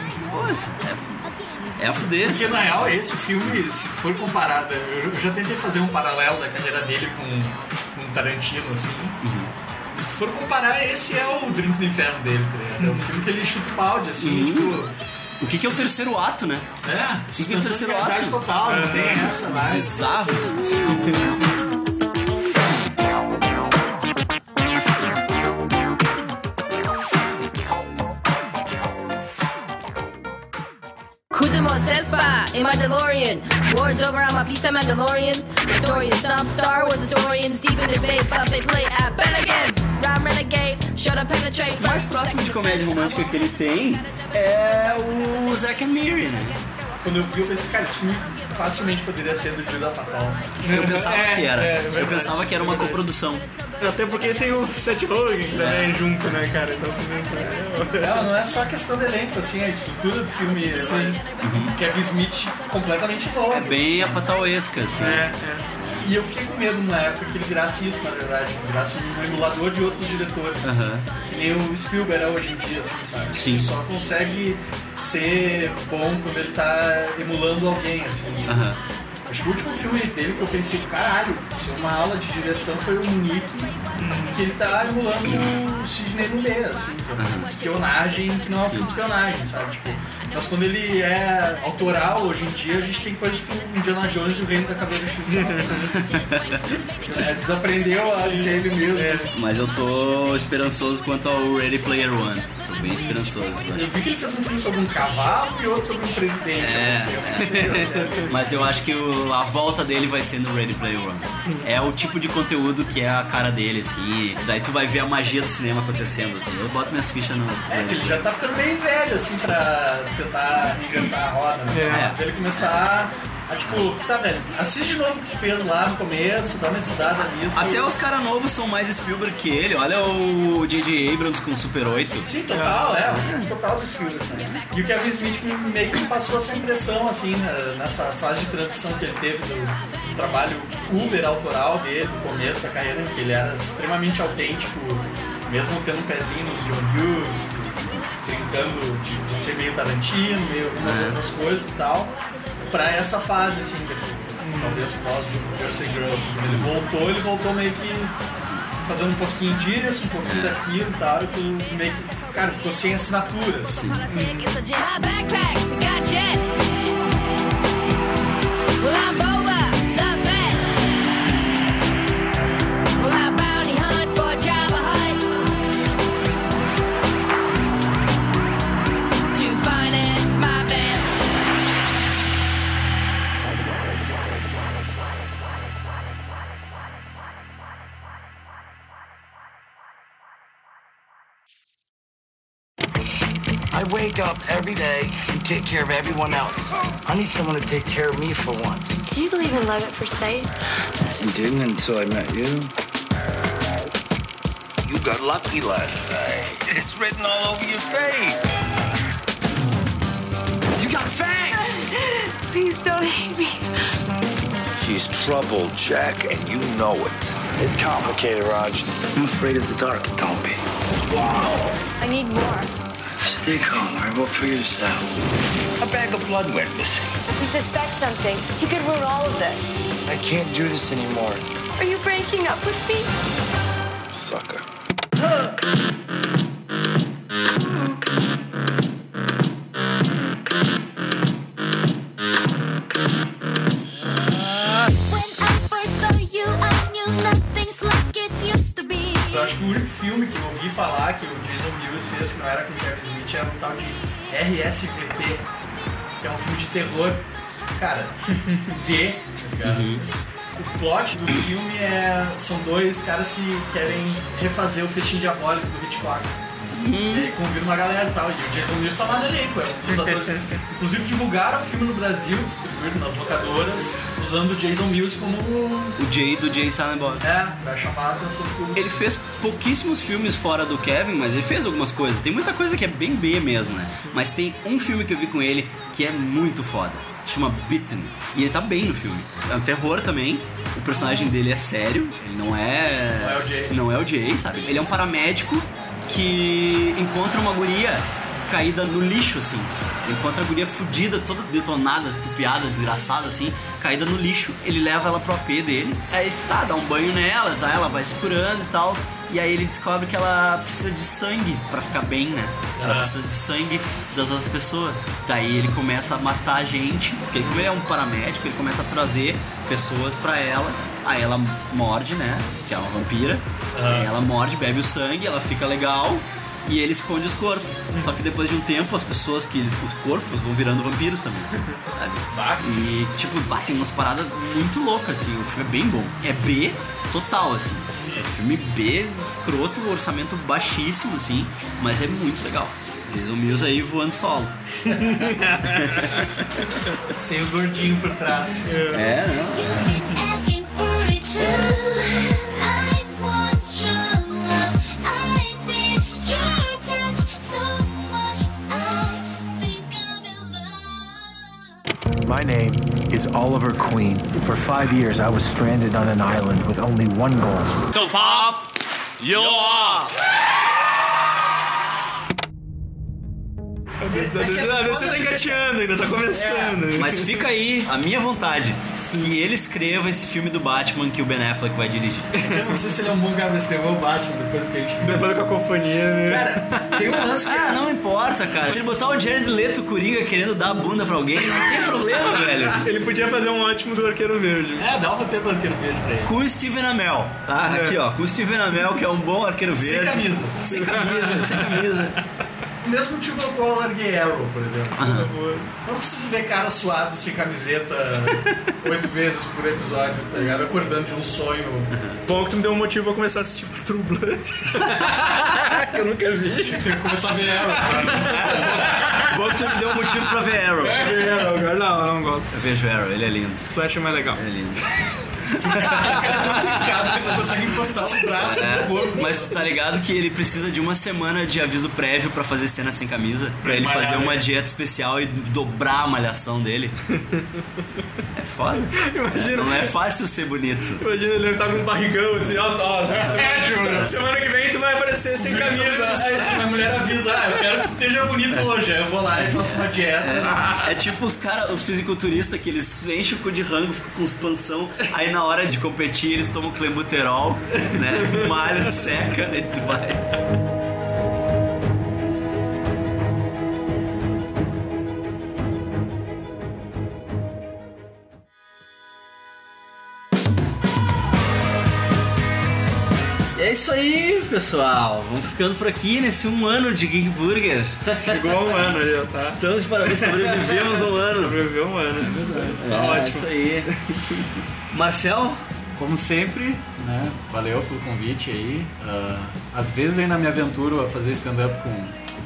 É a fuder. Porque na real, esse filme, se for comparado, eu já tentei fazer um paralelo da carreira dele com Tarantino, assim. Se tu for comparar, esse é o Drink do Inferno dele, tá ligado? É o filme que ele chuta o balde, assim, tipo... O que é o terceiro ato, né? O que é o terceiro ato? Total, não tem essa, mas... Bizarro. Cruising on Cespa in my DeLorean. War's over, I'm a piece of Mandalorian. The story is stumped, Star Wars historians deep in debate, but they play at Bennigan's. Rhyme renegade, shut up, penetrate. O mais próximo de comédia romântica que ele tem é o Zack and Miri, né? Quando eu vi, eu pensei, cara, esse filme facilmente poderia ser do Judah Apatow. Eu pensava que era. Eu pensava que era uma coprodução. Até porque tem o Seth Rogen também junto, né, cara? Então tu pensa... Não é só a questão do elenco, assim, a estrutura do filme. Kevin Smith completamente novo. É bem apatauesca, assim. E eu fiquei com medo na época que ele virasse isso, na verdade. Virasse um emulador de outros diretores. Que nem o Spielberg é hoje em dia, assim, sabe? Sim. Ele só consegue ser bom quando ele tá emulando alguém, assim. Acho que o último filme dele que eu pensei, caralho, se uma aula de direção foi o Nick, que ele tá emulando o Sidney Lumet, assim, que é um filme de espionagem que não é um filme de espionagem, sabe? Tipo, mas quando ele é autoral, hoje em dia, a gente tem coisas tipo Indiana Jones e o Reino da Caveira de Cristal. Desaprendeu a ser ele mesmo. Mas eu tô esperançoso quanto ao Ready Player One. Tô bem esperançoso. Eu vi que ele fez um filme sobre um cavalo e outro sobre um presidente. Mas eu acho que a volta dele vai ser no Ready Player One. É o tipo de conteúdo que é a cara dele, assim. Daí tu vai ver a magia do cinema acontecendo, assim. Eu boto minhas fichas no... que ele já tá ficando bem velho, assim, pra tentar reinventar a roda, né? Pra ele começar a tipo, tá, velho, assiste de novo o que tu fez lá no começo, dá uma estudada nisso. Até os caras novos são mais Spielberg que ele. Olha o J.J. Abrams com Super 8. Sim, total, total do Spielberg. E o Kevin Smith meio que passou essa impressão, assim, nessa fase de transição que ele teve do trabalho uber autoral dele, do começo da carreira, em que ele era extremamente autêntico, mesmo tendo um pezinho no John Hughes, brincando de ser meio Tarantino, meio algumas outras coisas e tal, pra essa fase, assim, talvez pós de Girls and Girls. Ele voltou meio que fazendo um pouquinho disso, um pouquinho daquilo e tal, e tu meio que, cara, ficou sem assinaturas. I wake up every day and take care of everyone else. I need someone to take care of me for once. Do you believe in love at first sight? I didn't until I met you. You got lucky last night. It's written all over your face. You got fangs! Please don't hate me. She's trouble, Jack, and you know it. It's complicated, Raj. I'm afraid of the dark. Don't be. I need more. Stay calm, all right? We'll figure this out. A bag of blood went missing. He suspects something. He could ruin all of this. I can't do this anymore. Are you breaking up with me? Sucker. Eu acho que o único filme que eu ouvi falar que o Jason Mewes fez que não era com o Kevin Smith era um tal de RSVP, que é um filme de terror, cara, O plot do filme são dois caras que querem refazer o Festim Diabólico do Hitchcock. E aí convida uma galera e tal. E o Jason Mewes tá lá no elenco, é um dos atores. Inclusive divulgaram o filme no Brasil, distribuíram nas locadoras, usando o Jason Mewes como o Jay do Jay Silent Bob. Pra chamar a atenção do público. Ele fez pouquíssimos filmes fora do Kevin, mas ele fez algumas coisas. Tem muita coisa que é bem B mesmo, né? Mas tem um filme que eu vi com ele que é muito foda. Chama Bitten. E ele tá bem no filme. É um terror também. O personagem dele é sério. Ele não é o Jay, sabe? Ele é um paramédico que encontra uma guria caída no lixo, assim. Encontra a guria fudida, toda detonada, estupiada, desgraçada, assim, caída no lixo. Ele leva ela pro AP dele. Aí ele dá um banho nela, tá? Ela vai se curando e tal. E aí ele descobre que ela precisa de sangue pra ficar bem, né? Ela precisa de sangue das outras pessoas. Daí ele começa a matar a gente, porque como ele é um paramédico, ele começa a trazer pessoas pra ela. Aí ela morde, né? Que é uma vampira. Aí ela morde, bebe o sangue, ela fica legal. E ele esconde os corpos. Só que depois de um tempo, as pessoas os corpos vão virando vampiros também, sabe? E, tipo, tem umas paradas muito loucas, assim. O filme é bem bom. É B total, assim. É filme B, escroto, orçamento baixíssimo, assim. Mas é muito legal. Jason Mewes aí voando solo. Sem o gordinho por trás. My name is Oliver Queen. For 5 years, I was stranded on an island with only one goal. To pop you off! Você tá engateando, ainda tá começando. Mas fica aí a minha vontade que ele escreva esse filme do Batman que o Ben Affleck vai dirigir. Eu não sei se ele é um bom cara pra escrever o Batman depois que a gente... Depois da cacofonia, né? Cara, tem um lance que... não importa, cara. Se ele botar o Jared Leto Coringa querendo dar a bunda pra alguém, não tem problema, velho. Ele podia fazer um ótimo do Arqueiro Verde. Dá um roteiro do Arqueiro Verde pra ele. Com o Steven Amell, tá? Aqui, ó. Com o Steven Amell, que é um bom Arqueiro Verde. Sem camisa. Mesmo tipo pelo qual eu larguei Arrow, por exemplo. Eu não preciso ver cara suado sem camiseta 8 vezes por episódio, tá ligado? Acordando de um sonho. Bom que tu me deu um motivo pra começar a assistir por True Blood. Que eu nunca vi. Tem que começar a ver Arrow. Bom que tu me deu um motivo pra ver Arrow. Agora não, eu não gosto. Eu vejo Arrow, ele é lindo. Flash é mais legal. Ele é lindo. O cara é tão trincado que ele não consegue encostar os braços no corpo. Mas tá ligado que ele precisa de uma semana de aviso prévio pra fazer cena sem camisa? Pra ele fazer uma dieta especial e dobrar a malhação dele? É foda. Imagina. Não é fácil ser bonito. Imagina ele tá com um barrigão assim, semana que vem tu vai aparecer sem camisa. Aí minha mulher avisa, eu quero que tu esteja bonito hoje. Aí eu vou lá e faço uma dieta. É tipo os fisiculturistas que eles enchem o cu de rango, ficam com expansão, aí na hora de competir eles tomam clenbuterol, né? Malha, seca e vai. É isso aí, pessoal. Vamos ficando por aqui nesse 1 ano de Geek Burger. Chegou 1 ano já, tá? Estamos de parabéns, sobrevivemos 1 ano. Sobreviveu 1 ano, é verdade. Ótimo. É isso aí. Marcel? Como sempre, né? Valeu pelo convite aí. Às vezes eu ainda me aventuro a fazer stand-up com o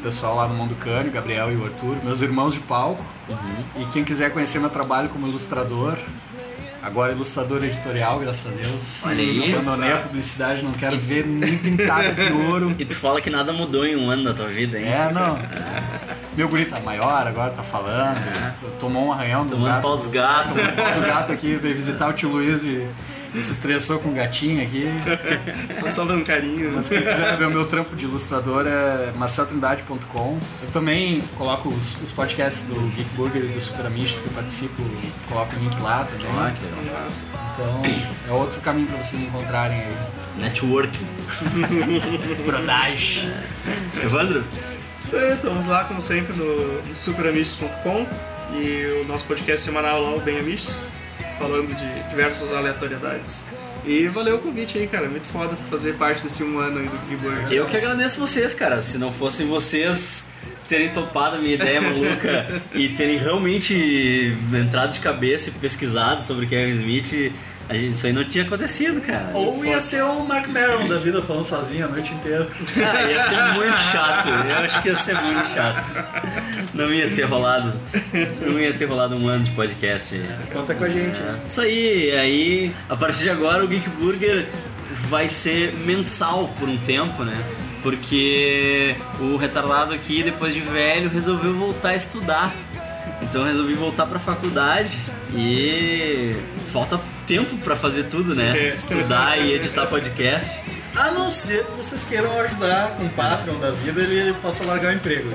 pessoal lá no Mundo Cânio, Gabriel e o Arthur, meus irmãos de palco. E quem quiser conhecer meu trabalho como ilustrador, agora ilustrador editorial, graças a Deus. Olha aí. Abandonei a publicidade, não quero ver nem pintada de ouro. E tu fala que nada mudou em um ano da tua vida, hein? Não. Meu guri tá maior, agora tá falando. Tomou um arranhão do gato. Pau dos gatos. Tomou um pau do gato aqui, veio visitar o tio Luiz e se estressou com o gatinho aqui. Tô só dando carinho. Mas quem quiser ver o meu trampo de ilustrador é marceltrindade.com. Eu também coloco os podcasts do Geek Burger e do Super Amiches que eu participo, coloco o link lá também. Então é outro caminho pra vocês encontrarem aí. Networking. Brodagem. Evandro? Isso aí, estamos lá como sempre no superamiches.com e o nosso podcast semanal lá, o Bem Amiches, falando de diversas aleatoriedades. E valeu o convite aí, cara. Muito foda fazer parte desse um ano aí do Geek Burger. Eu que agradeço vocês, cara. Se não fossem vocês terem topado a minha ideia maluca e terem realmente entrado de cabeça e pesquisado sobre Kevin Smith, isso aí não tinha acontecido, cara. Ou ia ser o Mark Maron da vida falando sozinho a noite inteira. Ia ser muito chato. Eu acho que ia ser muito chato. Não ia ter rolado. Não ia ter rolado um ano de podcast aí. Conta com a gente. Isso aí, a partir de agora o Geek Burger vai ser mensal por um tempo, né? Porque o retardado aqui, depois de velho, resolveu voltar a estudar. Então eu resolvi voltar pra faculdade e falta tempo pra fazer tudo, né? Estudar e editar podcast. A não ser que vocês queiram ajudar com o Patreon da vida, ele possa largar o emprego.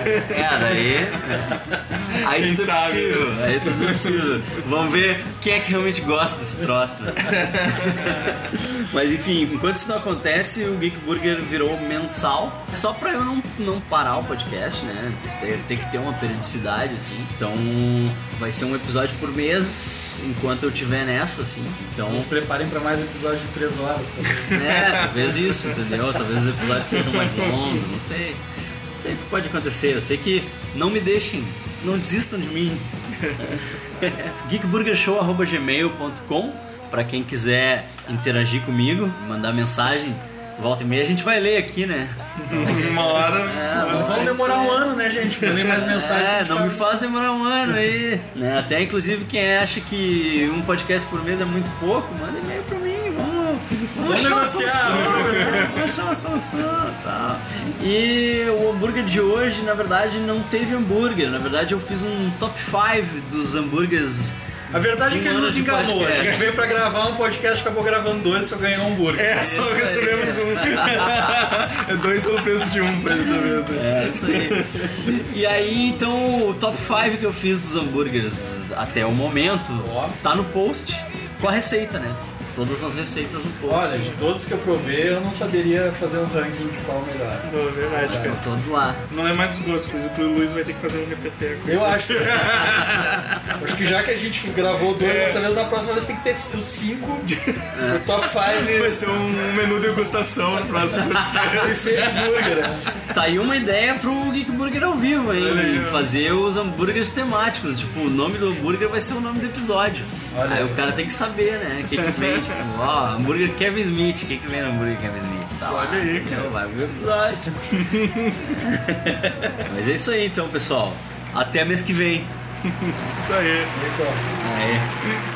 Aí tudo é possível. Aí tudo é possível. Vamos ver quem é que realmente gosta desse troço, né? Mas enfim, enquanto isso não acontece, o Geek Burger virou mensal. Só pra eu não parar o podcast, né? Tem que ter uma periodicidade, assim. Então vai ser um episódio por mês, enquanto eu estiver nessa, assim. Então se preparem pra mais episódios de 3 horas também. Talvez isso, entendeu? Talvez os episódios sejam mais longos, não sei. Não sei o que pode acontecer. Eu sei que não me deixem, não desistam de mim. geekburgershow@gmail.com pra quem quiser interagir comigo, mandar mensagem. Volta e meia a gente vai ler aqui, né? Uma hora. Não vamos demorar um ano, né, gente? Pra ler mais mensagens. Não me faz demorar um ano aí. Né? Até inclusive quem acha que um podcast por mês é muito pouco, manda e-mail pra mim, vamos negociar. Vamos achar uma solução, tá? E o hambúrguer de hoje, na verdade, não teve hambúrguer. Na verdade, eu fiz um top 5 dos hambúrgueres. A verdade é que ele nos enganou. A gente veio pra gravar um podcast, acabou gravando 2 e só ganhou um hambúrguer. Só recebemos um. É 2 pelo preço de um, pra receber. Isso aí. E aí, então, o top 5 que eu fiz dos hambúrgueres até o momento tá no post com a receita, né? Todas as receitas no post. Olha, de todos que eu provei, eu não saberia fazer um ranking de qual melhor. Não, é verdade, cara. Estão todos lá. Não é mais dos gostos, por exemplo, o Luiz vai ter que fazer um repeteco. Eu acho. Acho que já que a gente gravou 2 dessa vez, na próxima vez tem que ter os 5 o top 5. Vai ser um menu degustação no próximo podcast. E feito burger. Tá aí uma ideia pro Geek Burger ao vivo, hein? Fazer os hambúrgueres temáticos. Tipo, o nome do hambúrguer vai ser o nome do episódio. Aí o cara tem que saber, né? O que vem, tipo, hambúrguer Kevin Smith. O que vem no hambúrguer Kevin Smith? Tá lá. Olha aí, cara. Vai pro episódio. Mas é isso aí, então, pessoal. Até mês que vem. Isso aí. Aí.